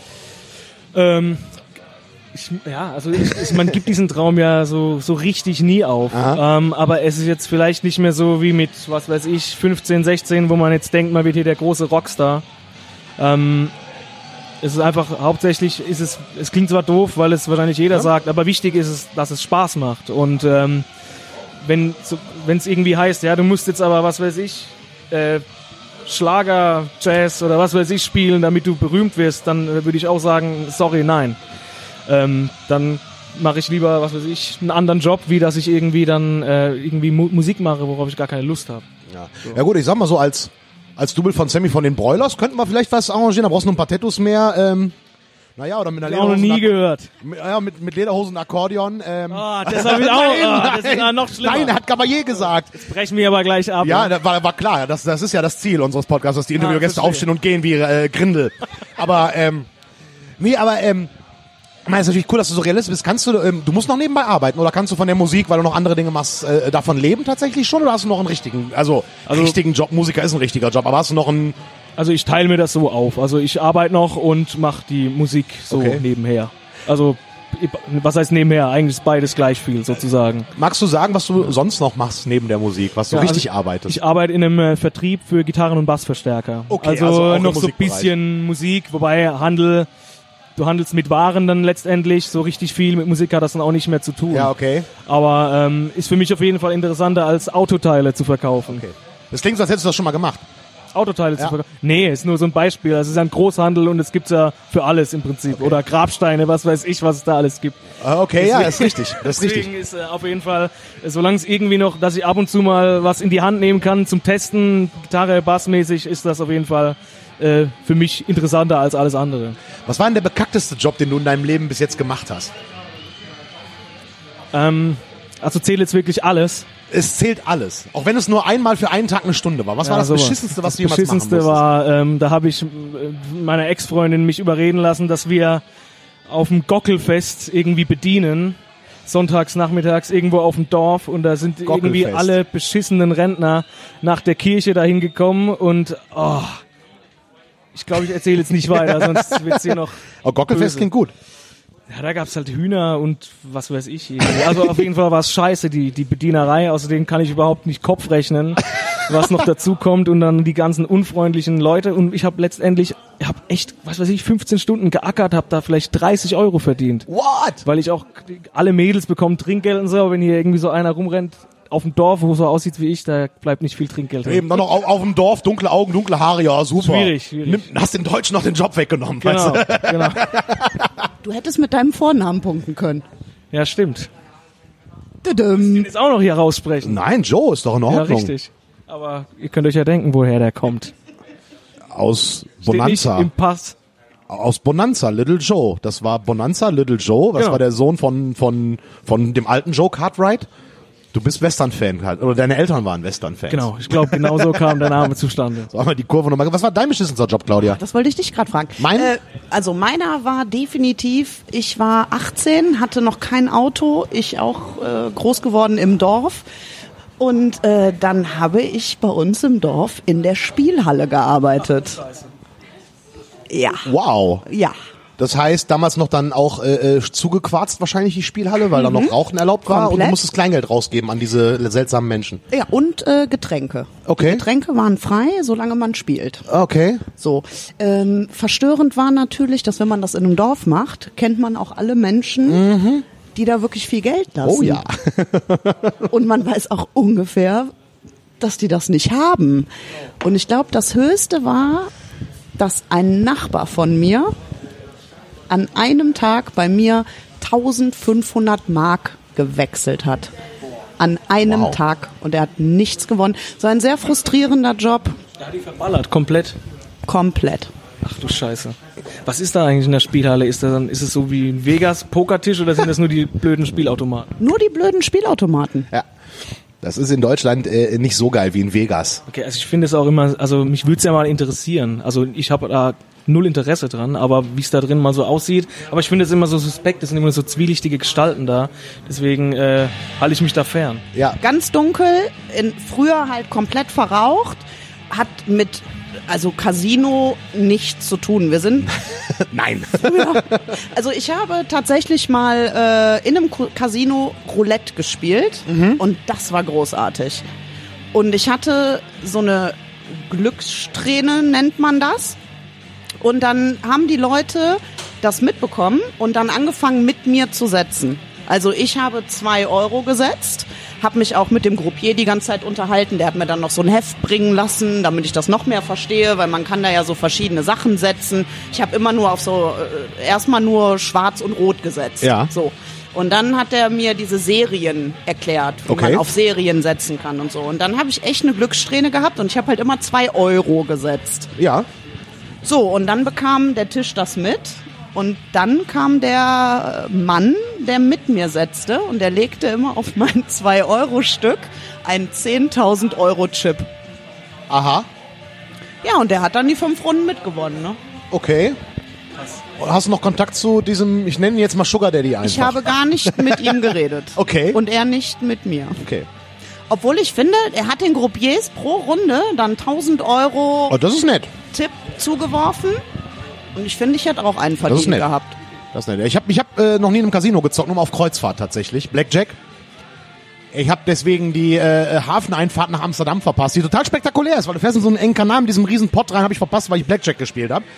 Man gibt diesen Traum ja so richtig nie auf. Aber es ist jetzt vielleicht nicht mehr so wie mit, was weiß ich, 15, 16, wo man jetzt denkt, man wird hier der große Rockstar. Es ist einfach, hauptsächlich es klingt zwar doof, weil es wahrscheinlich jeder sagt, aber wichtig ist es, dass es Spaß macht. Und wenn es irgendwie heißt, ja, du musst jetzt aber, was weiß ich, Schlager, Jazz oder was weiß ich spielen, damit du berühmt wirst, dann würde ich auch sagen, sorry, nein. Dann mache ich lieber, was weiß ich, einen anderen Job, wie dass ich irgendwie dann irgendwie Musik mache, worauf ich gar keine Lust habe. Ja gut, ich sag mal so, als Double von Sammy von den Broilers könnten wir vielleicht was arrangieren, da brauchst du noch ein paar Tattoos mehr, oder mit einer Auch noch nie gehört. Ja, mit Lederhosen und Akkordeon. Das habe ich auch. Das ist noch schlimmer. Nein, hat Caballé gesagt. Brechen wir aber gleich ab. Ja, das war klar. Das ist ja das Ziel unseres Podcasts, dass die Interviewgäste verstehe. aufstehen und gehen wie Grindel. Aber, ich meine, ist natürlich cool, dass du so realistisch bist. Kannst du musst noch nebenbei arbeiten oder kannst du von der Musik, weil du noch andere Dinge machst, davon leben tatsächlich schon oder hast du noch einen richtigen Job? Musiker ist ein richtiger Job, aber hast du noch einen... Also ich teile mir das so auf. Also ich arbeite noch und mache die Musik so nebenher. Also was heißt nebenher? Eigentlich ist beides gleich viel sozusagen. Magst du sagen, was du sonst noch machst neben der Musik, was du richtig arbeitest? Ich arbeite in einem Vertrieb für Gitarren- und Bassverstärker. Okay, also also auch im noch so ein Musikbereich. bisschen Musik, wobei du handelst mit Waren dann letztendlich. So richtig viel mit Musik hat das dann auch nicht mehr zu tun. Ja, okay. Aber ist für mich auf jeden Fall interessanter, als Autoteile zu verkaufen. Okay. Das klingt so, als hättest du das schon mal gemacht. Autoteile zu verkaufen. Nee, ist nur so ein Beispiel. Es ist ja ein Großhandel und es gibt's ja für alles im Prinzip. Okay. Oder Grabsteine, was weiß ich, was es da alles gibt. Okay, ja, das ist richtig. Deswegen ist auf jeden Fall, solange es irgendwie noch, dass ich ab und zu mal was in die Hand nehmen kann zum Testen, Gitarre, Bassmäßig, ist das auf jeden Fall für mich interessanter als alles andere. Was war denn der bekackteste Job, den du in deinem Leben bis jetzt gemacht hast? Also zählt jetzt wirklich alles. Es zählt alles. Auch wenn es nur einmal für einen Tag eine Stunde war. Was war das sowas. Beschissenste, was du Das jemals machen musstest? Beschissenste war, da habe ich meiner Ex-Freundin mich überreden lassen, dass wir auf dem Gockelfest irgendwie bedienen. Sonntags, nachmittags irgendwo auf dem Dorf und da sind irgendwie Gockelfest. alle beschissenen Rentner nach der Kirche dahin gekommen und ich glaube, ich erzähle jetzt nicht weiter, sonst wird's hier noch Oh, Gockelfest böse. klingt gut. Ja, da gab's halt Hühner und was weiß ich. Irgendwie. Also auf jeden Fall war es scheiße, die Bedienerei. Außerdem kann ich überhaupt nicht Kopf rechnen, was noch dazu kommt und dann die ganzen unfreundlichen Leute. Und ich habe echt, 15 Stunden geackert, habe da vielleicht 30 € verdient. What? Weil ich auch, alle Mädels bekommen Trinkgeld und so. Wenn hier irgendwie so einer rumrennt auf dem Dorf, wo so aussieht wie ich, da bleibt nicht viel Trinkgeld drin. Eben, dann noch auf dem Dorf, dunkle Augen, dunkle Haare, ja, super. Schwierig. Hast den Deutschen noch den Job weggenommen, Genau, weißt du? genau. Du hättest mit deinem Vornamen punkten können. Ja, stimmt. Tudum. Jetzt auch noch hier raussprechen. Nein, Joe, ist doch in Ja, Ordnung. richtig. Aber ihr könnt euch ja denken, woher der kommt. Aus Steht nicht Bonanza. im Pass. Aus Bonanza, Little Joe. Das war Bonanza, Little Joe. Das Genau. war der Sohn von dem alten Joe Cartwright. Du bist Western-Fan halt. Oder deine Eltern waren Western-Fans. Genau, ich glaube, genau so kam der Name zustande. So, einmal die Kurve nochmal. Was war dein beschissenster Job, Claudia? Das wollte ich dich gerade fragen. Mein? Also meiner war definitiv, ich war 18, hatte noch kein Auto, ich auch groß geworden im Dorf. Und dann habe ich bei uns im Dorf in der Spielhalle gearbeitet. Ja, Wow. ja. Das heißt, damals noch dann auch zugequarzt wahrscheinlich die Spielhalle, weil da noch Rauchen erlaubt war und du Komplett. musstest Kleingeld rausgeben an diese seltsamen Menschen. Ja, und Getränke. Okay. Die Getränke waren frei, solange man spielt. Okay. So. Verstörend war natürlich, dass wenn man das in einem Dorf macht, kennt man auch alle Menschen, die da wirklich viel Geld lassen. Oh ja. Und man weiß auch ungefähr, dass die das nicht haben. Und ich glaube, das Höchste war, dass ein Nachbar von mir an einem Tag bei mir 1500 Mark gewechselt hat. An einem Wow. Tag. Und er hat nichts gewonnen. So ein sehr frustrierender Job. Da hat die verballert, komplett. Komplett. Ach du Scheiße. Was ist da eigentlich in der Spielhalle? Ist es so wie ein Vegas-Pokertisch oder sind das nur die blöden Spielautomaten? Nur die blöden Spielautomaten. Ja. Das ist in Deutschland nicht so geil wie in Vegas. Okay, also ich finde es auch immer, also mich würde es ja mal interessieren. Also ich habe da null Interesse dran, aber wie es da drin mal so aussieht. Aber ich finde es immer so suspekt, es sind immer so zwielichtige Gestalten da. Deswegen halte ich mich da fern. Ja. Ganz dunkel, früher halt komplett verraucht, hat mit Casino nichts zu tun. Wir sind Nein. früher, also ich habe tatsächlich mal in einem Casino Roulette gespielt und das war großartig. Und ich hatte so eine Glückssträhne, nennt man das. Und dann haben die Leute das mitbekommen und dann angefangen mit mir zu setzen. Also ich habe 2 € gesetzt, habe mich auch mit dem Groupier die ganze Zeit unterhalten. Der hat mir dann noch so ein Heft bringen lassen, damit ich das noch mehr verstehe, weil man kann da ja so verschiedene Sachen setzen. Ich habe immer nur auf erstmal nur schwarz und rot gesetzt. Ja. So. Und dann hat er mir diese Serien erklärt, wie Okay. man auf Serien setzen kann und so. Und dann habe ich echt eine Glückssträhne gehabt und ich habe halt immer 2 Euro gesetzt. Ja. So, und dann bekam der Tisch das mit. Und dann kam der Mann, der mit mir setzte und der legte immer auf mein 2-Euro-Stück einen 10.000 Euro Chip. Aha. Ja, und der hat dann die 5 Runden mitgewonnen, ne? Okay. Hast du noch Kontakt zu diesem, ich nenne ihn jetzt mal Sugar Daddy einfach? Ich habe gar nicht mit ihm geredet. Okay. Und er nicht mit mir. Okay. Obwohl ich finde, er hat den Groupiers pro Runde dann 1.000 Euro Oh, das ist nett. Tipp zugeworfen. Und ich finde, ich hätte auch einen ist verdient nett. gehabt. Das ist nett. Ich hab noch nie in einem Casino gezockt, nur mal auf Kreuzfahrt tatsächlich. Blackjack. Ich habe deswegen die Hafeneinfahrt nach Amsterdam verpasst, die total spektakulär ist, weil du fährst in so einen engen Kanal mit diesem riesen Pott rein, habe ich verpasst, weil ich Blackjack gespielt habe.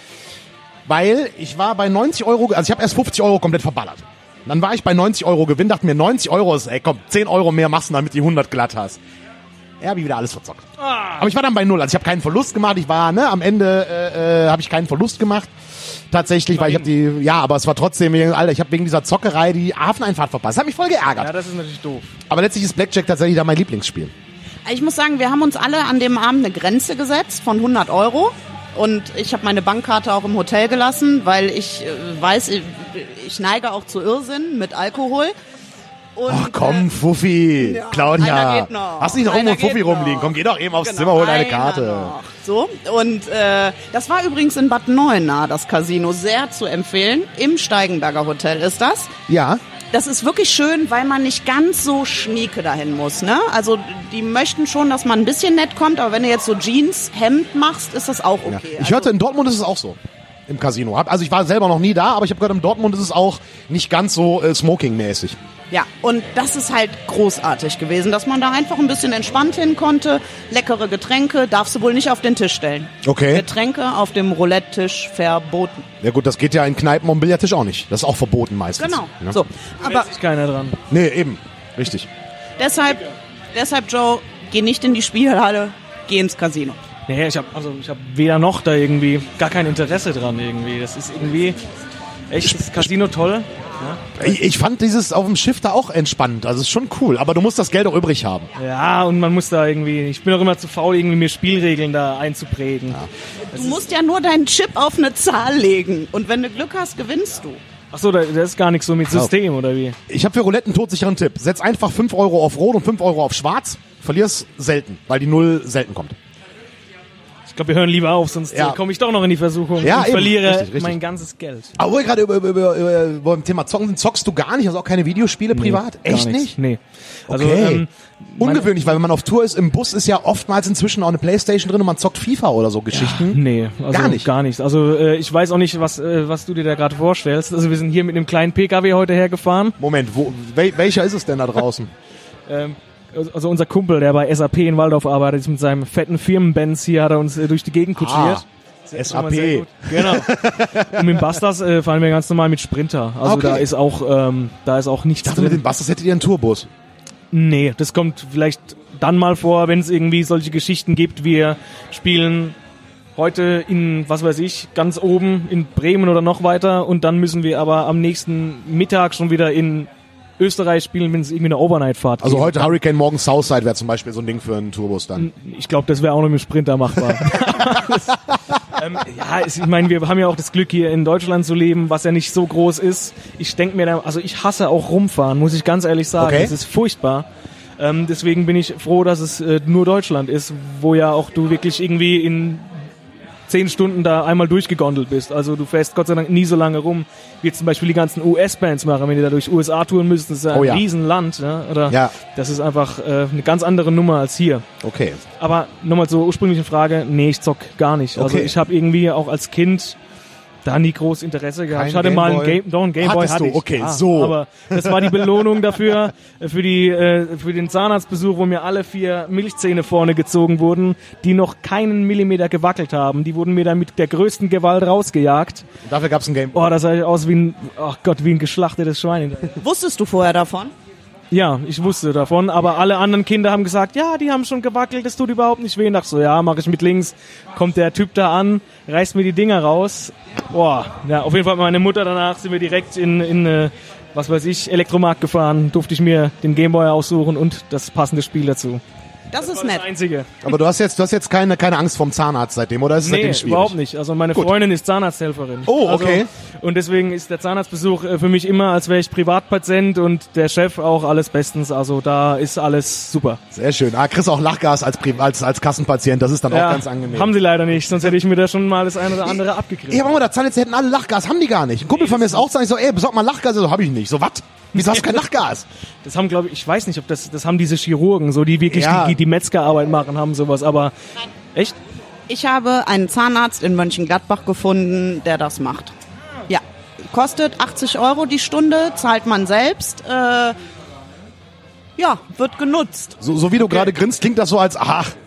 Weil ich war bei 90 Euro, also ich habe erst 50 Euro komplett verballert. Und dann war ich bei 90 Euro Gewinn, dachte mir, 90 Euro ist, ey komm, 10 Euro mehr machst du, damit die 100 glatt hast. Ja, habe ich wieder alles verzockt. Aber ich war dann bei 0, also ich habe keinen Verlust gemacht, ich war, am Ende habe ich keinen Verlust gemacht. Tatsächlich, weil ich habe aber es war trotzdem, Alter, ich habe wegen dieser Zockerei die Hafeneinfahrt verpasst. Das hat mich voll geärgert. Ja, das ist natürlich doof. Aber letztlich ist Blackjack tatsächlich da mein Lieblingsspiel. Ich muss sagen, wir haben uns alle an dem Abend eine Grenze gesetzt von 100 Euro. Und ich habe meine Bankkarte auch im Hotel gelassen, weil ich weiß, ich neige auch zu Irrsinn mit Alkohol. Und, Ach komm, Fuffi, ja, Claudia. einer geht noch. Hast du nicht noch irgendwo Einer einen Fuffi geht rumliegen? noch. Komm, geh doch eben aufs Genau, Zimmer, hol deine einer Karte. noch. So, und das war übrigens in Bad Neuenahr, das Casino, sehr zu empfehlen. Im Steigenberger Hotel ist das. Ja, Das ist wirklich schön, weil man nicht ganz so schnieke dahin muss, ne? Also die möchten schon, dass man ein bisschen nett kommt, aber wenn du jetzt so Jeans, Hemd machst, ist das auch ja. okay. Ich hörte, in Dortmund ist es auch so. Im Casino. Also ich war selber noch nie da, aber ich habe gehört, in Dortmund ist es auch nicht ganz so smoking-mäßig. Ja, und das ist halt großartig gewesen, dass man da einfach ein bisschen entspannt hin konnte. Leckere Getränke darfst du wohl nicht auf den Tisch stellen. Okay. Getränke auf dem Roulette-Tisch verboten. Ja gut, das geht ja in Kneipen und Billardtisch auch nicht. Das ist auch verboten meistens. Genau. Ja. So, aber Hält sich keiner dran. Nee, eben. Richtig. deshalb Joe, geh nicht in die Spielhalle, geh ins Casino. Nee, ich hab weder noch da irgendwie gar kein Interesse dran irgendwie. Das ist irgendwie echt das Casino toll. Ich fand dieses auf dem Schiff da auch entspannt. Also ist schon cool. Aber du musst das Geld auch übrig haben. Ja, und man muss da irgendwie, ich bin auch immer zu faul, irgendwie mir Spielregeln da einzuprägen. Du musst ja nur deinen Chip auf eine Zahl legen und wenn du Glück hast, gewinnst du. Ach so, da ist gar nichts so mit System, oder wie? Ich habe für Roulette einen todsicheren Tipp. Setz einfach 5 Euro auf Rot und 5 Euro auf Schwarz. Verlierst selten, weil die Null selten kommt. Ich glaube, wir hören lieber auf, sonst Ja. komme ich doch noch in die Versuchung Ja, und eben. verliere Richtig. mein ganzes Geld. Aber wo wir gerade über dem Thema Zocken sind, zockst du gar nicht? Also auch keine Videospiele privat? Gar Echt nichts. nicht? Nee. Also, Okay. Ungewöhnlich, weil wenn man auf Tour ist, im Bus ist ja oftmals inzwischen auch eine Playstation drin und man zockt FIFA oder so Geschichten. Nee, also Gar nicht? Gar nichts. Also ich weiß auch nicht, was du dir da gerade vorstellst. Also wir sind hier mit einem kleinen PKW heute hergefahren. Moment, welcher ist es denn da draußen? Also unser Kumpel, der bei SAP in Waldorf arbeitet, ist mit seinem fetten Firmenbenz hier, hat er uns durch die Gegend kutschiert. Sehr SAP. gut. Genau. Und mit dem Bastas fahren wir ganz normal mit Sprinter. Also Okay. da ist auch nichts Ich dachte, mit drin. dem Bastas hättet ihr einen Tourbus. Nee, das kommt vielleicht dann mal vor, wenn es irgendwie solche Geschichten gibt. Wir spielen heute in, was weiß ich, ganz oben in Bremen oder noch weiter und dann müssen wir aber am nächsten Mittag schon wieder in Österreich spielen, wenn es irgendwie eine Overnight-Fahrt Also gibt. heute Hurricane, morgen Southside wäre zum Beispiel so ein Ding für einen Tourbus dann. Ich glaube, das wäre auch noch mit dem Sprinter machbar. Ich meine, wir haben ja auch das Glück, hier in Deutschland zu leben, was ja nicht so groß ist. Ich denke mir, also ich hasse auch rumfahren, muss ich ganz ehrlich sagen. Okay. Das ist furchtbar. Deswegen bin ich froh, dass es nur Deutschland ist, wo ja auch du wirklich irgendwie in 10 Stunden da einmal durchgegondelt bist. Also du fährst Gott sei Dank nie so lange rum, wie zum Beispiel die ganzen US-Bands machen, wenn die da durch USA touren müssen. Das ist ja Oh ein ja. Riesenland. Ne? Oder Ja. Das ist einfach eine ganz andere Nummer als hier. Okay. Aber nochmal zur ursprünglichen Frage, nee, ich zock gar nicht. Also Okay. ich habe irgendwie auch als Kind da nie groß Interesse gehabt. Kein Ich hatte mal Gameboy? einen Gameboy Hattest hatte du? ich. Okay, ja, so. Aber das war die Belohnung dafür, für den Zahnarztbesuch, wo mir alle 4 Milchzähne vorne gezogen wurden, die noch keinen Millimeter gewackelt haben. Die wurden mir dann mit der größten Gewalt rausgejagt. Und dafür gab's ein Game. Oh, das sah ich aus wie ein geschlachtetes Schwein. Wusstest du vorher davon? Ja, ich wusste davon, aber alle anderen Kinder haben gesagt, ja, die haben schon gewackelt, das tut überhaupt nicht weh. Und dachte so, ja, mache ich mit links. Kommt der Typ da an, reißt mir die Dinger raus. Boah, ja, auf jeden Fall meine Mutter danach sind wir direkt in was weiß ich, Elektromarkt gefahren, durfte ich mir den Gameboy aussuchen und das passende Spiel dazu. Das ist Das nett. Einzige. Aber du hast jetzt keine Angst vorm Zahnarzt seitdem, oder ist es Nee, seitdem schwierig? überhaupt nicht. Also meine Gut. Freundin ist Zahnarzthelferin. Oh, okay. Also, und deswegen ist der Zahnarztbesuch für mich immer, als wäre ich Privatpatient und der Chef auch alles bestens. Also da ist alles super. Sehr schön. Kriegst auch Lachgas als Kassenpatient, das ist dann auch ganz angenehm. Haben sie leider nicht, sonst hätte ich mir da schon mal das eine oder andere abgekriegt. Ja, aber da Zahnärzte hätten alle Lachgas, haben die gar nicht. Ein Kumpel von mir ist auch Zahnarzt, ich so, besorg mal Lachgas, so, hab ich nicht. So, was? Wieso hast du kein Lachgas? Das haben, glaube ich weiß nicht, ob das haben diese Chirurgen, so die wirklich Ja. die Metzgerarbeit machen, haben sowas, aber echt? Ich habe einen Zahnarzt in Mönchengladbach gefunden, der das macht. Ja, kostet 80 € die Stunde, zahlt man selbst. Ja, wird genutzt. So wie du gerade grinst, klingt das so als,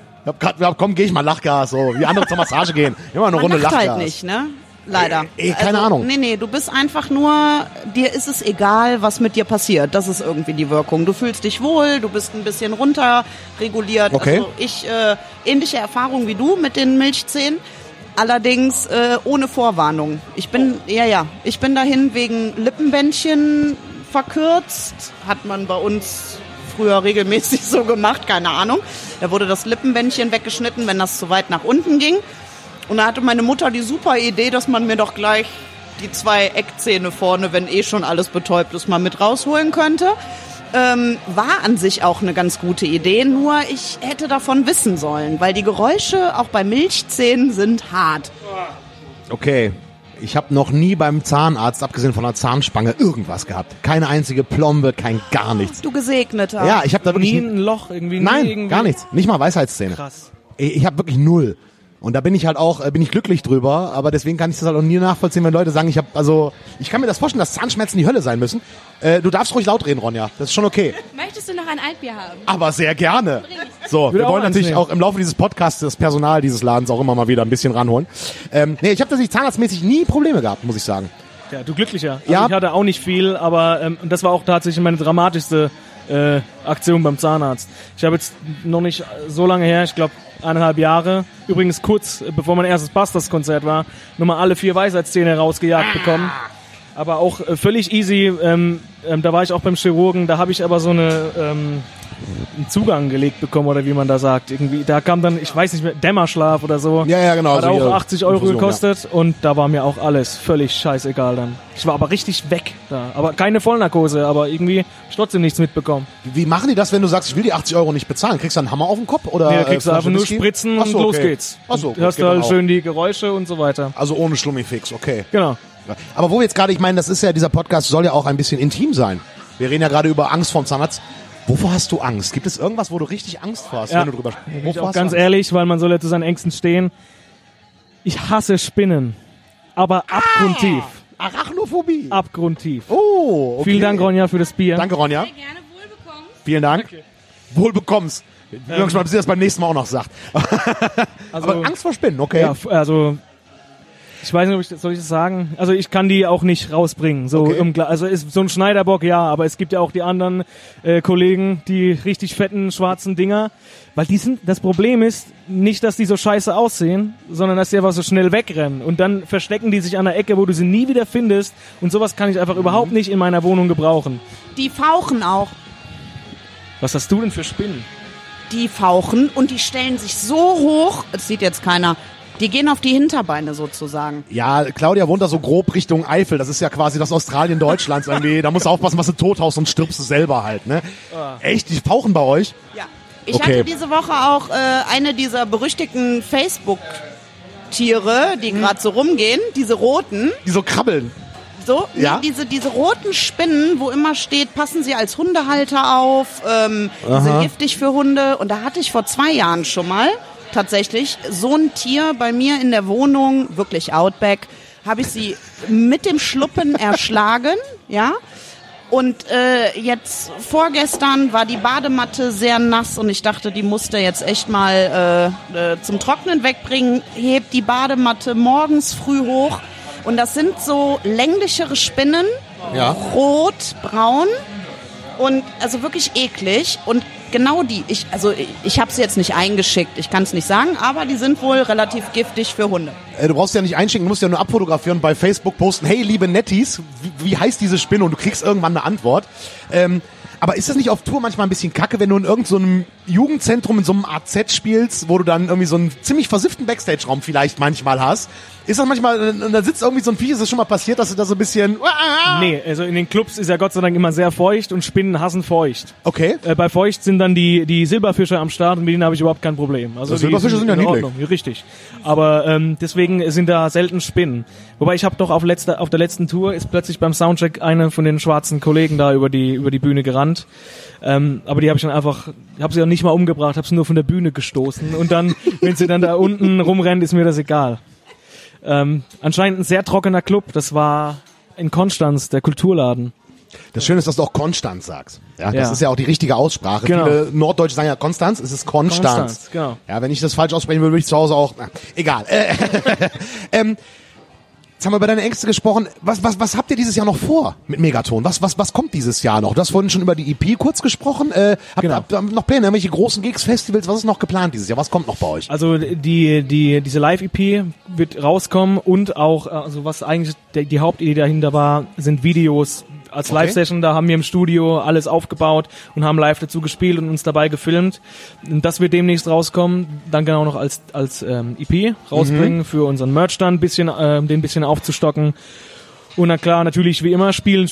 komm, geh ich mal Lachgas, so, wie andere zur Massage gehen. Immer eine Man Runde lacht Lachgas. halt nicht, ne? Leider. Keine Ahnung. Nee, du bist einfach nur, dir ist es egal, was mit dir passiert. Das ist irgendwie die Wirkung. Du fühlst dich wohl, du bist ein bisschen runterreguliert. Okay. Also ich, ähnliche Erfahrung wie du mit den Milchzähnen. Allerdings ohne Vorwarnung. Ich bin dahin wegen Lippenbändchen verkürzt. Hat man bei uns früher regelmäßig so gemacht, keine Ahnung. Da wurde das Lippenbändchen weggeschnitten, wenn das zu weit nach unten ging. Und da hatte meine Mutter die super Idee, dass man mir doch gleich die 2 Eckzähne vorne, wenn schon alles betäubt ist, mal mit rausholen könnte. War an sich auch eine ganz gute Idee, nur ich hätte davon wissen sollen, weil die Geräusche auch bei Milchzähnen sind hart. Okay. Ich habe noch nie beim Zahnarzt, abgesehen von einer Zahnspange, irgendwas gehabt. Keine einzige Plombe, kein gar nichts. Du Gesegneter. Ja, ich habe da wirklich... Nie ein Loch irgendwie. Nein, nie irgendwie. gar nichts. Nicht mal Weisheitszähne. Krass. Ich habe wirklich 0. Und da bin ich halt auch, bin ich glücklich drüber, aber deswegen kann ich das halt auch nie nachvollziehen, wenn Leute sagen, ich kann mir das vorstellen, dass Zahnschmerzen die Hölle sein müssen. Du darfst ruhig laut reden, Ronja, das ist schon okay. Möchtest du noch ein Altbier haben? Aber sehr gerne. So, wir Würde auch wollen eins natürlich nehmen. auch im Laufe dieses Podcasts das Personal dieses Ladens auch immer mal wieder ein bisschen ranholen. Ich habe tatsächlich zahnarztmäßig nie Probleme gehabt, muss ich sagen. Ja, du Glücklicher. Also Ja. ich hatte auch nicht viel, aber das war auch tatsächlich meine dramatischste Aktion beim Zahnarzt. Ich habe jetzt noch nicht so lange her, ich glaube 1,5 Jahre, übrigens kurz bevor mein erstes Busters-Konzert war, nochmal alle 4 Weisheitszähne rausgejagt bekommen. Aber auch völlig easy. Da war ich auch beim Chirurgen, da habe ich aber so einen Zugang gelegt bekommen, oder wie man da sagt. Irgendwie, da kam dann, ich weiß nicht mehr, Dämmerschlaf oder so. Ja, genau. Hat so auch hier 80 € Infusion, gekostet und da war mir auch alles völlig scheißegal dann. Ich war aber richtig weg da. Aber keine Vollnarkose, aber irgendwie hab ich trotzdem nichts mitbekommen. Ja. Wie machen die das, wenn du sagst, ich will die 80 € nicht bezahlen? Kriegst du einen Hammer auf den Kopf? Oder, Nee, da kriegst du Flasche einfach nur Whisky? Spritzen Ach so, und los okay. geht's. Ach so, Und gut, hörst geht du dann halt auch. schön die Geräusche und so weiter. Also ohne Schlummifix, okay. Genau. Aber wo wir jetzt gerade, ich meine, das ist ja, dieser Podcast soll ja auch ein bisschen intim sein. Wir reden ja gerade über Angst vorm Zahnarzt. Wovor hast du Angst? Gibt es irgendwas, wo du richtig Angst vor hast, Ja. wenn du drüber sprichst? Bin ich auch ganz ehrlich, weil man soll ja zu seinen Ängsten stehen. Ich hasse Spinnen. Aber abgrundtief. Arachnophobie. Abgrundtief. Oh, okay. Vielen Dank, Ronja, für das Bier. Danke, Ronja. Sehr gerne wohlbekommen. Vielen Dank. Wohl bekommst. Ich bin gespannt, ob sie das beim nächsten Mal auch noch sagt. Also, Aber Angst vor Spinnen, okay. ja, also ich weiß nicht, soll ich das sagen? Also ich kann die auch nicht rausbringen. So Okay. also ist so ein Schneiderbock, ja, aber es gibt ja auch die anderen Kollegen, die richtig fetten schwarzen Dinger, weil das Problem ist nicht, dass die so scheiße aussehen, sondern dass die einfach so schnell wegrennen und dann verstecken die sich an der Ecke, wo du sie nie wieder findest und sowas kann ich einfach überhaupt nicht in meiner Wohnung gebrauchen. Die fauchen auch. Was hast du denn für Spinnen? Die fauchen und die stellen sich so hoch, das sieht jetzt keiner, die gehen auf die Hinterbeine sozusagen. Ja, Claudia wohnt da so grob Richtung Eifel. Das ist ja quasi das Australien Deutschlands irgendwie. Da musst du aufpassen, was du tot haust und stirbst du selber halt, ne? Echt? Die fauchen bei euch? Ja. Ich Okay. hatte diese Woche auch eine dieser berüchtigten Facebook-Tiere, die gerade so rumgehen, diese roten. Die so krabbeln. So, Ja. diese roten Spinnen, wo immer steht, passen Sie als Hundehalter auf, die sind giftig für Hunde. Und da hatte ich vor 2 Jahren schon mal tatsächlich so ein Tier bei mir in der Wohnung, wirklich Outback, habe ich sie mit dem Schluppen erschlagen, ja. Und jetzt vorgestern war die Badematte sehr nass und ich dachte, die musste jetzt echt mal zum Trocknen wegbringen. Hebt die Badematte morgens früh hoch und das sind so länglichere Spinnen, Ja. rot, braun und also wirklich eklig. Und genau die. Ich habe sie jetzt nicht eingeschickt, ich kann es nicht sagen, aber die sind wohl relativ giftig für Hunde. Du brauchst ja nicht einschicken, du musst ja nur abfotografieren und bei Facebook posten, hey, liebe Netties, wie heißt diese Spinne? Und du kriegst irgendwann eine Antwort. Aber ist das nicht auf Tour manchmal ein bisschen kacke, wenn du in irgendeinem so einem Jugendzentrum in so einem AZ spielst, wo du dann irgendwie so einen ziemlich versifften Backstage-Raum vielleicht manchmal hast? Ist das manchmal, und da sitzt irgendwie so ein Viech, ist das schon mal passiert, dass du da so ein bisschen... Nee, also in den Clubs ist ja Gott sei Dank immer sehr feucht und Spinnen hassen feucht. Okay. Bei feucht sind dann die Silberfische am Start und mit denen habe ich überhaupt kein Problem. Also Die Silberfische sind ja in niedlich. Ordnung, richtig. Aber deswegen sind da selten Spinnen. Wobei ich habe doch auf der letzten Tour ist plötzlich beim Soundcheck eine von den schwarzen Kollegen da über die Bühne gerannt. Aber die habe ich dann einfach, habe sie auch nicht mal umgebracht, habe sie nur von der Bühne gestoßen. Und dann, wenn sie dann da unten rumrennt, ist mir das egal. Anscheinend ein sehr trockener Club. Das war in Konstanz, der Kulturladen. Das Schöne ist, dass du auch Konstanz sagst. Ja, das Ja. ist ja auch die richtige Aussprache. Genau. Viele Norddeutsche sagen ja Konstanz, es ist Konstanz. Konstanz, genau. Ja, wenn ich das falsch aussprechen würde, würde ich zu Hause auch... egal. Jetzt haben wir über deine Ängste gesprochen. Was habt ihr dieses Jahr noch vor mit Megaton? Was kommt dieses Jahr noch? Du hast vorhin schon über die EP kurz gesprochen. Habt ihr noch Pläne? Irgendwelche großen Gigs, Festivals? Was ist noch geplant dieses Jahr? Was kommt noch bei euch? Also diese Live-EP wird rauskommen und auch, also was eigentlich die Hauptidee dahinter war, sind Videos als Okay. Live-Session. Da haben wir im Studio alles aufgebaut und haben live dazu gespielt und uns dabei gefilmt. Und das wird demnächst rauskommen. Dann genau noch als EP rausbringen für unseren Merch dann den ein bisschen aufzustocken. Und na klar, natürlich wie immer spielen.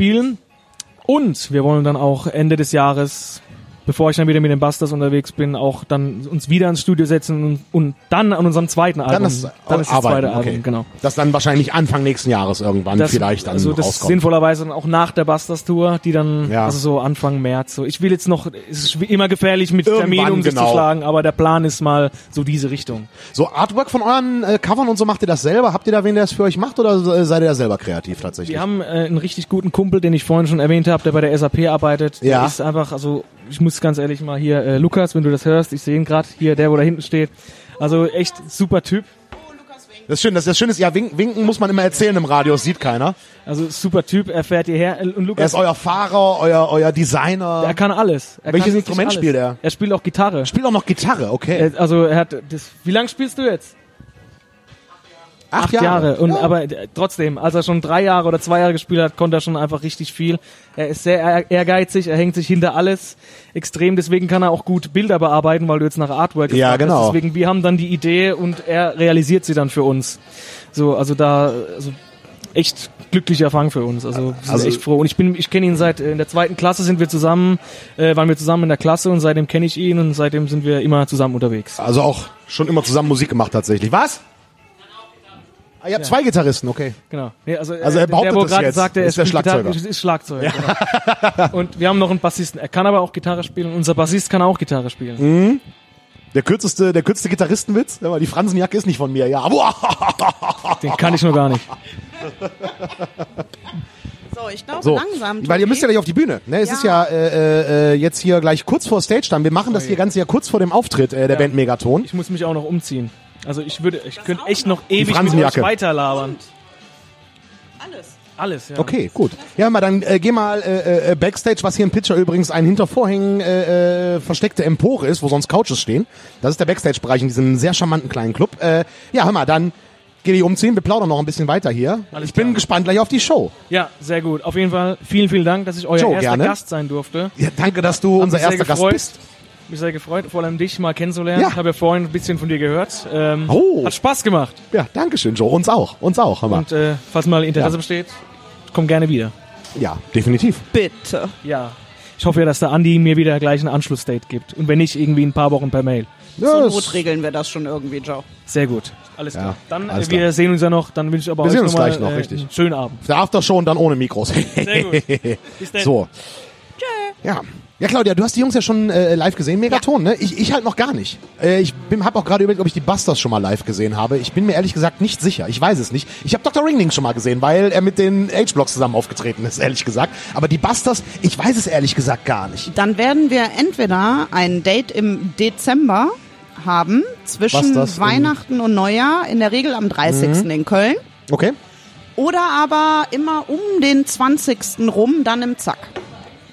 Und wir wollen dann auch Ende des Jahres, bevor ich dann wieder mit den Busters unterwegs bin, auch dann uns wieder ins Studio setzen und dann an unserem zweiten Album. Dann ist das zweite Album, genau. Das dann wahrscheinlich Anfang nächsten Jahres irgendwann vielleicht dann also das rauskommt. sinnvollerweise dann auch nach der Busters-Tour, die dann, Ja. also so Anfang März, so. Ich will jetzt noch, es ist wie immer gefährlich mit Irgendwann, Terminen um sich genau. zu schlagen, aber der Plan ist mal so diese Richtung. So Artwork von euren Covern und so, macht ihr das selber? Habt ihr da wen, der das für euch macht oder seid ihr da selber kreativ tatsächlich? Wir haben einen richtig guten Kumpel, den ich vorhin schon erwähnt habe, der bei der SAP arbeitet. Der Ja. ist einfach, also ich muss ganz ehrlich mal hier, Lukas, wenn du das hörst, ich sehe ihn gerade hier, der, wo da hinten steht. Also echt super Typ. Das Schöne ist, ja, winken muss man immer erzählen im Radio, das sieht keiner. Also super Typ, er fährt hierher. Und Er Lukas, ist euer Fahrer, euer Designer. er kann alles. Er Welches kann wirklich Instrument alles. spielt er? Er spielt auch Gitarre. Spielt auch noch Gitarre, okay. Also er hat das. Wie lange spielst du jetzt? 8 Jahre. Und aber trotzdem, als er schon 3 Jahre oder 2 Jahre gespielt hat, konnte er schon einfach richtig viel. Er ist sehr ehrgeizig, er hängt sich hinter alles extrem, deswegen kann er auch gut Bilder bearbeiten, weil du jetzt nach Artwork Ja, gefragt genau. hast. Deswegen, wir haben dann die Idee und er realisiert sie dann für uns. So, also echt glücklicher Fang für uns. Also wir sind Also- echt froh. Und ich kenne ihn seit in der 2. Klasse waren wir zusammen in der Klasse und seitdem kenne ich ihn und seitdem sind wir immer zusammen unterwegs. Also auch schon immer zusammen Musik gemacht tatsächlich. Was? Ah, ihr habt 2 Gitarristen, okay. Genau. Nee, also er behauptet der, wo das gerade jetzt. sagte, er Ist der spielt Schlagzeuger. Gitarre, ist Schlagzeuger. Genau. Und wir haben noch einen Bassisten. Er kann aber auch Gitarre spielen. Unser Bassist kann auch Gitarre spielen. Der kürzeste Gitarristenwitz. Aber die Fransenjacke ist nicht von mir, ja. Den kann ich noch gar nicht. So, ich glaube So, langsam. weil ihr Tobi. müsst ja gleich auf die Bühne. Ne? Es Ja. ist ja jetzt hier gleich kurz vor Stage dann. Wir machen das hier ganze ja kurz vor dem Auftritt der Band Megaton. Ich muss mich auch noch umziehen. Also ich könnte echt noch ewig mit euch Fransenjacke. weiterlabern. Alles. Alles, ja. Okay, gut. Ja, mal dann geh mal Backstage, was hier im Pitcher übrigens ein hinter Vorhängen versteckte Empore ist, wo sonst Couches stehen. Das ist der Backstage-Bereich in diesem sehr charmanten kleinen Club. Ja, hör mal, dann geh dich umziehen. Wir plaudern noch ein bisschen weiter hier. Alles Ich bin klar. gespannt gleich auf die Show. Ja, sehr gut. Auf jeden Fall vielen, vielen Dank, dass ich euer Joe, erster gerne. Gast sein durfte. Ja, danke, dass du unser mich sehr erster Gast gefreut. bist. Mich sehr gefreut, vor allem dich mal kennenzulernen. Ja. Ich habe ja vorhin ein bisschen von dir gehört. Oh. Hat Spaß gemacht. Ja, danke schön, Joe. Uns auch. Hör mal. Und falls mal Interesse Ja. besteht, komm gerne wieder. Ja, definitiv. Bitte. Ja. Ich hoffe ja, dass der Andi mir wieder gleich ein Anschlussdate gibt. Und wenn nicht, irgendwie in ein paar Wochen per Mail. Ja, Zur das- Not regeln wir das schon irgendwie, Joe. Sehr gut. Alles Ja, klar. Dann, alles wir klar. sehen uns ja noch. Dann wünsche ich aber Wir euch sehen uns noch mal, gleich noch, richtig. einen schönen Abend. Der Aftershow und dann ohne Mikros. Sehr gut. Bis dann. So. Ja. Ja, Claudia, du hast die Jungs ja schon live gesehen, Megaton, ne? Ich halt noch gar nicht. Ich habe auch gerade überlegt, ob ich die Busters schon mal live gesehen habe. Ich bin mir ehrlich gesagt nicht sicher. Ich weiß es nicht. Ich habe Dr. Ringling schon mal gesehen, weil er mit den H-Blocks zusammen aufgetreten ist, ehrlich gesagt. Aber die Busters, ich weiß es ehrlich gesagt gar nicht. Dann werden wir entweder ein Date im Dezember haben, zwischen Busters Weihnachten und Neujahr, in der Regel am 30. in Köln. Okay? Oder aber immer um den 20. rum, dann im Zack.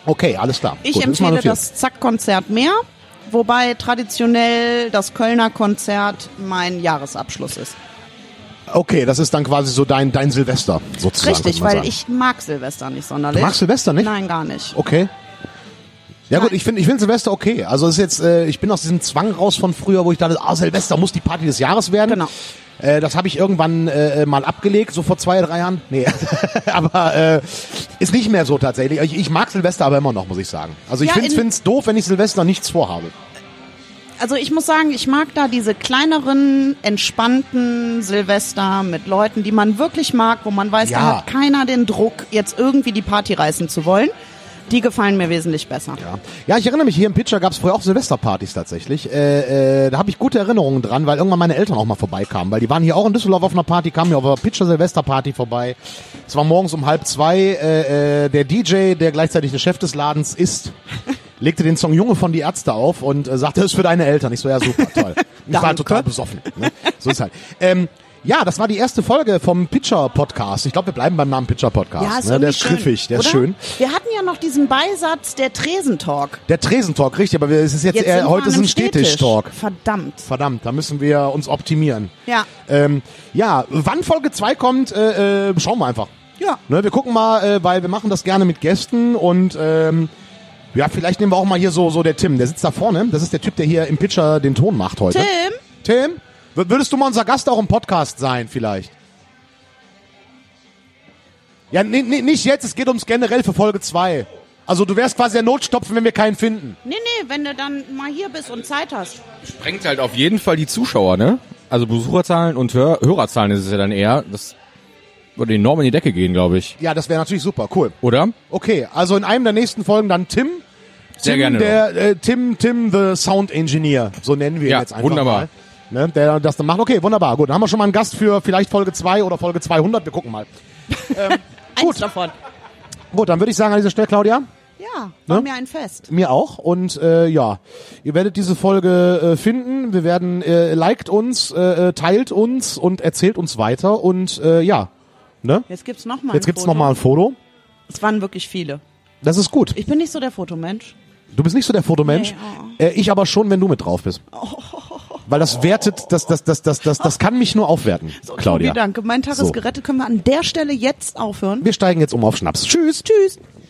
Okay, alles klar. Ich Gut, ist mal empfehle notiert. das Zack-Konzert mehr, wobei traditionell das Kölner Konzert mein Jahresabschluss ist. Okay, das ist dann quasi so dein Silvester sozusagen. Richtig, könnte man weil sagen. ich mag Silvester nicht sonderlich. Du magst Silvester nicht? Nein, gar nicht. Okay. Ja gut, Nein. ich find Silvester okay. Also es ist jetzt, ich bin aus diesem Zwang raus von früher, wo ich dachte, Silvester muss die Party des Jahres werden. Genau. Das habe ich irgendwann mal abgelegt, so vor 2-3 Jahren. Nee, aber ist nicht mehr so tatsächlich. Ich mag Silvester aber immer noch, muss ich sagen. Also ich Ja, find's doof, wenn ich Silvester nichts vorhabe. Also ich muss sagen, ich mag da diese kleineren, entspannten Silvester mit Leuten, die man wirklich mag, wo man weiß, Ja. da hat keiner den Druck, jetzt irgendwie die Party reißen zu wollen. Die gefallen mir wesentlich besser. Ja, ich erinnere mich, hier im Pitcher gab es früher auch Silvesterpartys tatsächlich. Da habe ich gute Erinnerungen dran, weil irgendwann meine Eltern auch mal vorbeikamen, weil die waren hier auch in Düsseldorf auf einer Party, kamen hier auf einer Pitcher Silvesterparty vorbei. Es war morgens um 1:30. Der DJ, der gleichzeitig der Chef des Ladens ist, legte den Song Junge von die Ärzte auf und sagte, das ist für deine Eltern. Ich so, ja super, toll. Ich war Danke. total besoffen. Ne? So ist halt. Ja, das war die erste Folge vom Pitcher-Podcast. Ich glaube, wir bleiben beim Namen Pitcher-Podcast. Ja, ist Ne? Der ist irgendwie griffig, der oder? ist schön. Wir hatten ja noch diesen Beisatz, der Tresentalk. Der Tresentalk, richtig, aber es ist jetzt Jetzt eher, sind wir heute an ist einem ein Städtisch-Talk. Verdammt. Verdammt, da müssen wir uns optimieren. Ja. Ja, wann Folge 2 kommt, schauen wir einfach. Ja. Ne, wir gucken mal, weil wir machen das gerne mit Gästen und ja, vielleicht nehmen wir auch mal hier so der Tim, der sitzt da vorne. Das ist der Typ, der hier im Pitcher den Ton macht heute. Tim, würdest du mal unser Gast auch im Podcast sein vielleicht? Ja, nicht jetzt, es geht ums generell für Folge 2. Also du wärst quasi der Notstopfen, wenn wir keinen finden. Nee, wenn du dann mal hier bist und Zeit hast. Sprengt halt auf jeden Fall die Zuschauer, ne? Also Besucherzahlen und Hörerzahlen ist es ja dann eher. Das würde enorm in die Decke gehen, glaube ich. Ja, das wäre natürlich super, cool. Oder? Okay, also in einem der nächsten Folgen dann Tim. Sehr gerne Der Tim the Sound Engineer, so nennen wir ihn Ja, jetzt einfach wunderbar. mal. Ne, der das dann macht. Okay, wunderbar. Gut, dann haben wir schon mal einen Gast für vielleicht Folge 2 oder Folge 200. Wir gucken mal. Eins davon. Gut, dann würde ich sagen an dieser Stelle, Claudia, Ja, war Ne? mir ein Fest. mir auch. Und ja, ihr werdet diese Folge finden. Wir werden, liked uns, teilt uns und erzählt uns weiter. Und ja, ne? Jetzt gibt's noch mal Jetzt ein gibt's Foto. noch mal ein Foto. Es waren wirklich viele. Das ist gut. Ich bin nicht so der Fotomensch. Du bist nicht so der Fotomensch. Nee, Ich aber schon, wenn du mit drauf bist. Weil das wertet, das kann mich nur aufwerten, Claudia. Tobi, danke. Mein Tag So. ist gerettet. Können wir an der Stelle jetzt aufhören? Wir steigen jetzt um auf Schnaps. Tschüss. Tschüss.